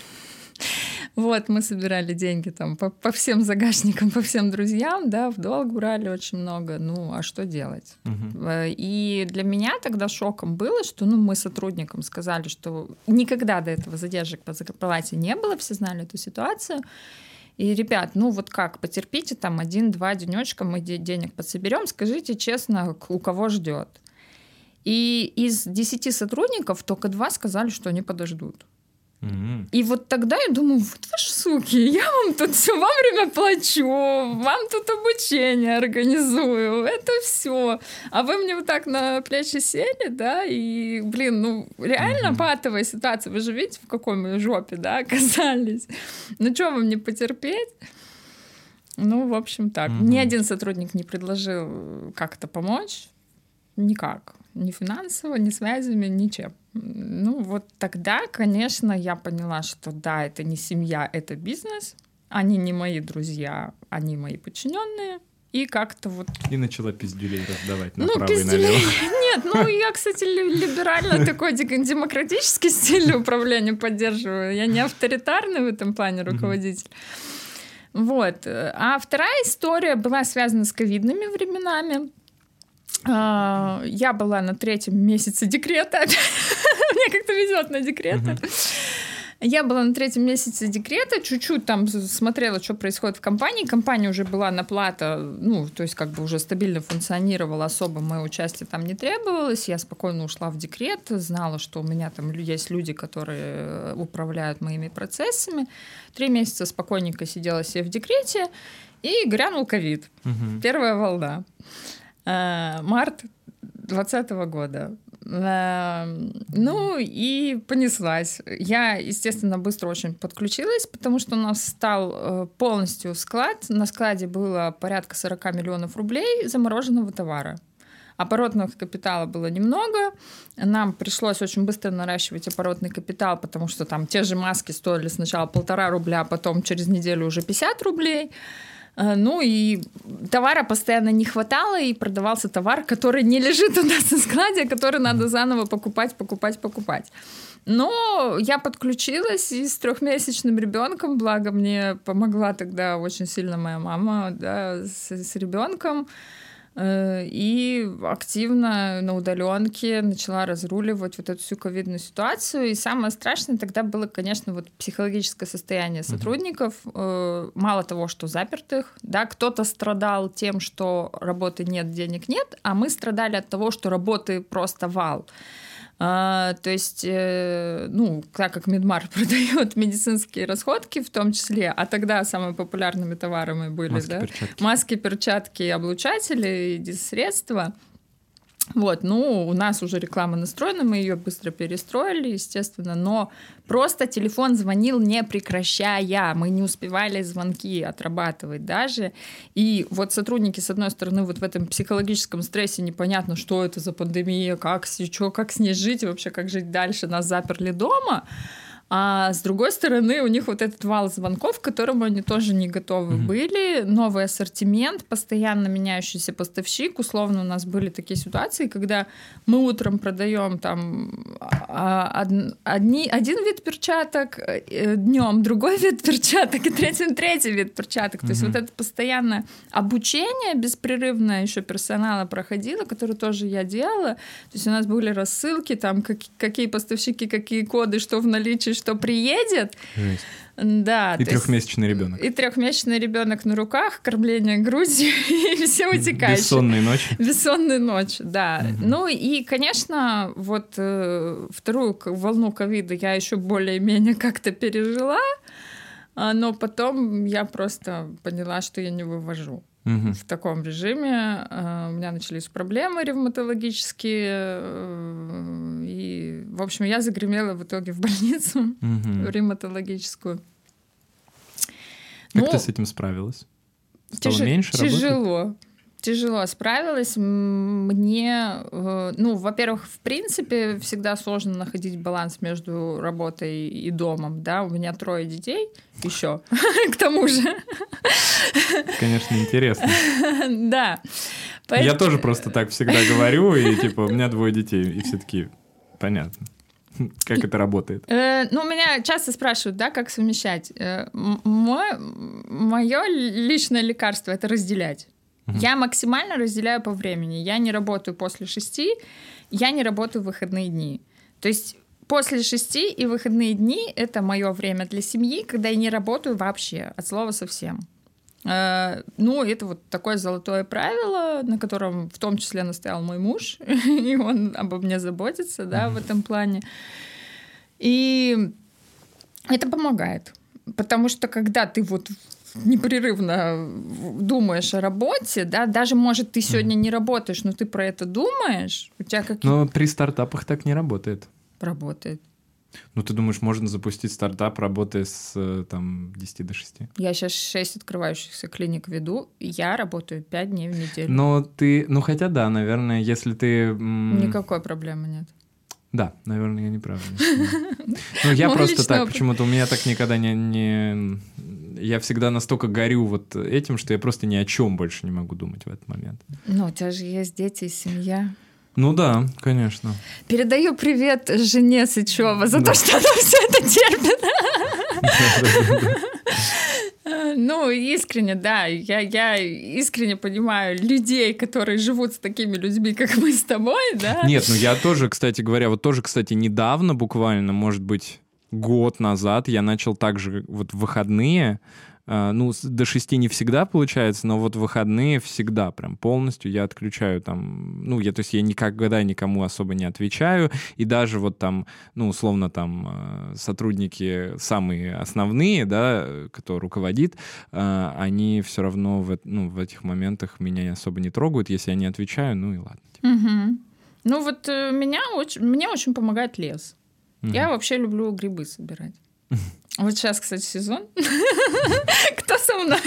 Вот, мы собирали деньги там по, по всем загашникам, по всем друзьям, да, в долг брали очень много. Ну, а что делать? Угу. И для меня тогда шоком было, что, ну, мы сотрудникам сказали, что никогда до этого задержек по зарплате не было, все знали эту ситуацию. И, ребят, ну вот как, потерпите там один-два денечка, мы денег подсоберем, скажите честно, у кого ждет. И из десяти сотрудников только два сказали, что они подождут. Mm-hmm. И вот тогда я думаю, вот вы ж суки, я вам тут все вовремя плачу, вам тут обучение организую, это все. А вы мне вот так на плечи сели, да, и, блин, ну, реально mm-hmm. патовая ситуация. Вы же видите, в какой мы жопе, да, оказались. Ну, что вам не потерпеть? Ну, в общем, так. Mm-hmm. Ни один сотрудник не предложил как-то помочь. Никак. Ни финансово, ни связями, ничем. Ну, вот тогда, конечно, я поняла, что да, это не семья, это бизнес. Они не мои друзья, они мои подчиненные. И как-то вот... И начала пиздюлей раздавать ну, направо пиздюлей... и налево. Нет, ну я, кстати, либерально такой демократический стиль управления поддерживаю. Я не авторитарный в этом плане руководитель. Вот. А вторая история была связана с ковидными временами. Я была на третьем месяце декрета. Мне как-то везет на декреты. Uh-huh. Я была на третьем месяце декрета, чуть-чуть там смотрела, что происходит в компании. Компания уже была на плата, ну, то есть как бы уже стабильно функционировала, особо мое участие там не требовалось. Я спокойно ушла в декрет, знала, что у меня там есть люди, которые управляют моими процессами. Три месяца спокойненько сидела себе в декрете, и грянул ковид. Uh-huh. Первая волна. Март двадцатого года. Ну и понеслась. Я, естественно, быстро очень подключилась, потому что у нас стал полностью склад. На складе было порядка сорок миллионов рублей замороженного товара. Оборотного капитала было немного. Нам пришлось очень быстро наращивать оборотный капитал, потому что там те же маски стоили сначала полтора рубля, а потом через неделю уже пятьдесят рублей. Ну и товара постоянно не хватало, и продавался товар, который не лежит у нас на складе, который надо заново покупать, покупать, покупать. Но я подключилась и с трехмесячным ребенком, благо мне помогла тогда очень сильно моя мама, да, с, с ребенком. И активно на удаленке начала разруливать вот эту всю ковидную ситуацию. И самое страшное тогда было, конечно, вот психологическое состояние сотрудников. Mm-hmm. Мало того, что запертых, да, кто-то страдал тем, что работы нет, денег нет, а мы страдали от того, что работы просто вал. А, то есть, э, ну, так как Медмар продает медицинские расходки в том числе, а тогда самыми популярными товарами были маски, да, перчатки. маски, перчатки, облучатели, средства. Вот, ну, у нас уже реклама настроена, мы ее быстро перестроили, естественно, но просто телефон звонил не прекращая, мы не успевали звонки отрабатывать даже, и вот сотрудники, с одной стороны, вот в этом психологическом стрессе непонятно, что это за пандемия, как, что, как с ней жить, вообще как жить дальше, нас заперли дома. А с другой стороны, у них вот этот вал звонков, к которому они тоже не готовы mm-hmm. были. Новый ассортимент, постоянно меняющийся поставщик. Условно, у нас были такие ситуации, когда мы утром продаем там одни, один вид перчаток, днем другой вид перчаток, и третьим третий вид перчаток. Mm-hmm. То есть вот это постоянное обучение беспрерывное еще персонала проходило, которое тоже я делала. То есть у нас были рассылки, там как, какие поставщики, какие коды, что в наличии, что приедет. Жесть. Да, и трехмесячный ребенок. И трехмесячный ребенок на руках, кормление грудью и все вытекающее. Бессонные ночи. Бессонные ночи, да. Угу. Ну и, конечно, вот э, вторую волну ковида я еще более-менее как-то пережила, но потом я просто поняла, что я не вывожу. Угу. В таком режиме у меня начались проблемы ревматологические, и, в общем, я загремела в итоге в больницу угу. ревматологическую. Как ну, ты с этим справилась? Стало тяж... меньше тяжело. работать? Тяжело справилась. Мне, ну, во-первых, в принципе, всегда сложно находить баланс между работой и домом, да, у меня трое детей еще, к тому же. Конечно, интересно. Да. Я тоже просто так всегда говорю, и типа, у меня двое детей, и все такие, понятно. Как это работает? Э, ну, меня часто спрашивают, да, как совмещать. Э, Мое личное лекарство — это разделять. Угу. Я максимально разделяю по времени. Я не работаю после шести, я не работаю в выходные дни. То есть после шести и выходные дни — это мое время для семьи, когда я не работаю вообще, от слова совсем. Э, ну, это вот такое золотое правило, на котором в том числе настоял мой муж, и он обо мне заботится, да, в этом плане. И это помогает, потому что когда ты вот непрерывно думаешь о работе, да, даже, может, ты сегодня не работаешь, но ты про это думаешь, у тебя какие-то... Но при стартапах так не работает. Работает. Ну, ты думаешь, можно запустить стартап, работая с там, десяти до шести? Я сейчас шесть открывающихся клиник веду, я работаю пять дней в неделю. Но ты... Ну, хотя да, наверное, если ты... М- Никакой проблемы нет. Да, наверное, я неправильно. Ну, я просто так, почему-то у меня так никогда не... Я всегда настолько горю вот этим, что я просто ни о чем больше не могу думать в этот момент. Ну, у тебя же есть дети и семья. Ну да, конечно. Передаю привет жене Сычева за да. то, что она все это терпит. Ну, искренне, да. Я, я искренне понимаю людей, которые живут с такими людьми, как мы с тобой, да? Нет, ну я тоже, кстати говоря, вот тоже, кстати, недавно, буквально, может быть, год назад я начал также вот в выходные, э, ну, до шести не всегда получается, но вот в выходные всегда прям полностью я отключаю там, ну, я, то есть я никогда никому особо не отвечаю, и даже вот там, ну, условно там э, сотрудники самые основные, да, кто руководит, э, они все равно в, ну, в этих моментах меня особо не трогают, если я не отвечаю, ну и ладно. Угу. Ну вот э, меня очень, мне очень помогает лес. Я вообще люблю грибы собирать. Вот сейчас, кстати, сезон. Кто со мной?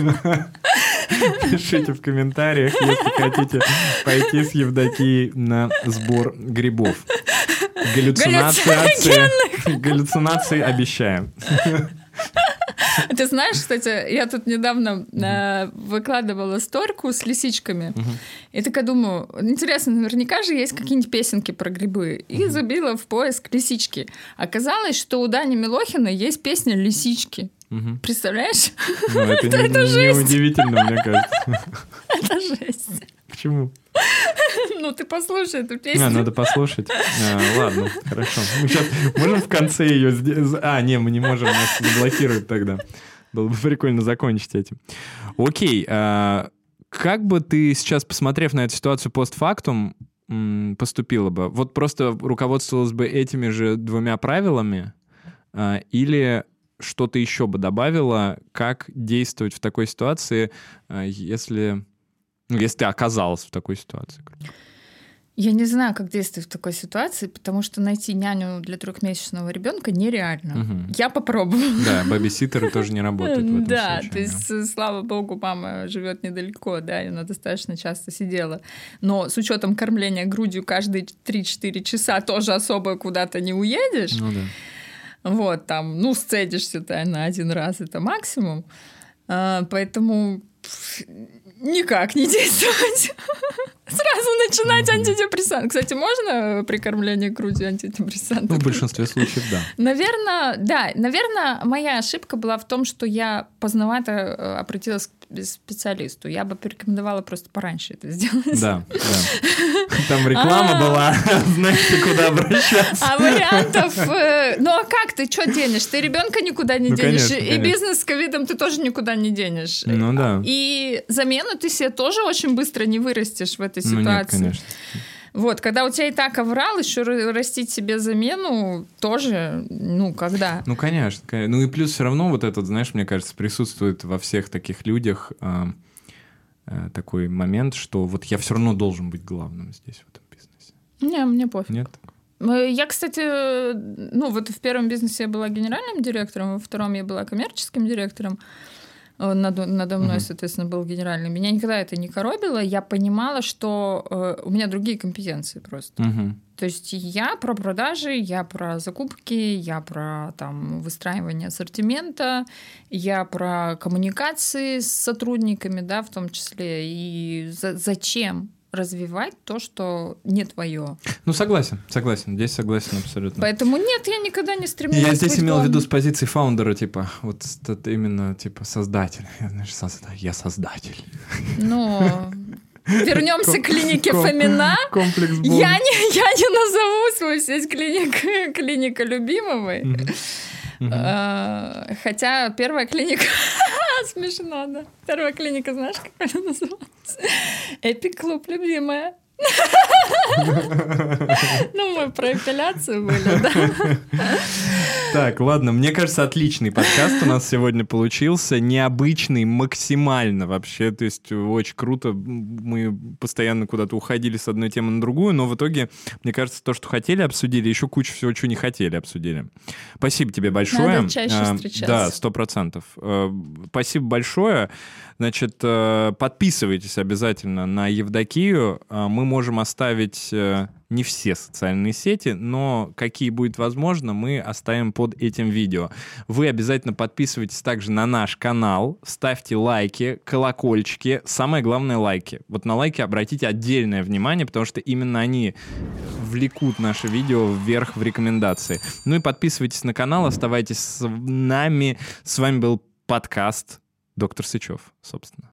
Пишите в комментариях, если хотите пойти с Евдокией на сбор грибов. Галлюцинации, галлюцинации обещаем. Ты знаешь, кстати, я тут недавно э, выкладывала сторку с лисичками. Uh-huh. И такая думаю, интересно, наверняка же есть какие-нибудь песенки про грибы. И uh-huh. забила в поиск лисички. Оказалось, что у Дани Милохина есть песня «Лисички». Uh-huh. Представляешь? Ну, это, это, не, это не удивительно, мне кажется. Это жесть. Почему? Ну, ты послушай эту песню. А, надо послушать. А, ладно, хорошо. Мы сейчас можем в конце ее сделать? А, не, мы не можем, нас заблокируют тогда. Было бы прикольно закончить этим. Окей. А, как бы ты сейчас, посмотрев на эту ситуацию постфактум, поступила бы? Вот просто руководствовалась бы этими же двумя правилами? А, или что-то еще бы добавила? Как действовать в такой ситуации, если... Ну, если ты оказалась в такой ситуации. Я не знаю, как действовать в такой ситуации, потому что найти няню для трехмесячного ребенка нереально. Угу. Я попробую. Да, бэбиситеры тоже не работают в этом да, случае. То есть, да. Слава богу, мама живет недалеко, да, и она достаточно часто сидела. Но с учетом кормления грудью каждые три-четыре часа тоже особо куда-то не уедешь. Ну да. Вот, там, ну, сцедишься ты на один раз, это максимум. А, поэтому никак не действовать. Сразу начинать антидепрессант. Кстати, можно при кормлении грудью антидепрессант? Ну, в большинстве случаев, да. Наверное, да. Наверное, моя ошибка была в том, что я поздновато обратилась к специалисту. Я бы порекомендовала просто пораньше это сделать. Да, да. Там реклама была, знаете, куда обращаться. А вариантов... Ну, а как ты, что денешь? Ты ребенка никуда не денешь. И бизнес с ковидом ты тоже никуда не денешь. Ну, да. И замену ты себе тоже очень быстро не вырастешь в этой Ну, нет, ситуации. конечно. Вот, когда у тебя и так оврал, еще растить себе замену тоже, ну, когда? Ну, конечно. Ну, и плюс все равно вот этот, знаешь, мне кажется, присутствует во всех таких людях э, э, такой момент, что вот я все равно должен быть главным здесь, в этом бизнесе. Не, мне пофиг. Нет? Я, кстати, ну, вот в первом бизнесе я была генеральным директором, во втором я была коммерческим директором. Надо, надо мной, uh-huh. соответственно, был генеральный. Меня никогда это не коробило. Я понимала, что э, у меня другие компетенции просто. Uh-huh. То есть я про продажи, я про закупки, я про там, выстраивание ассортимента, я про коммуникации с сотрудниками, да, в том числе. И за- зачем развивать то, что не твое. Ну, согласен, согласен. Здесь согласен абсолютно. Поэтому нет, я никогда не стремилась. Я здесь имел в виду главным. с позиции фаундера, типа, вот именно, типа, создатель. Я, знаешь, созда... я создатель. Ну, вернемся к клинике Фомина. Комплекс Бога. Я не, я не назову свою сеть клиник, клиника любимовой. Mm-hmm. Mm-hmm. А, хотя первая клиника... Смешно, да. Первая клиника, знаешь, как она называлась? Эпик-клуб любимая. Ну, мы про эпиляцию были, да? Так, ладно, мне кажется, отличный подкаст у нас сегодня получился, необычный максимально вообще, то есть очень круто, мы постоянно куда-то уходили с одной темы на другую, но в итоге, мне кажется, то, что хотели, обсудили, еще кучу всего, чего не хотели, обсудили. Спасибо тебе большое. Надо чаще встречаться. Да, сто процентов. Спасибо большое. Значит, подписывайтесь обязательно на Евдокию. Мы можем оставить не все социальные сети, но какие будет возможно, мы оставим под этим видео. Вы обязательно подписывайтесь также на наш канал, ставьте лайки, колокольчики. Самое главное — лайки. Вот на лайки обратите отдельное внимание, потому что именно они влекут наше видео вверх в рекомендации. Ну и подписывайтесь на канал, оставайтесь с нами. С вами был подкаст «Доктор Сычев», собственно.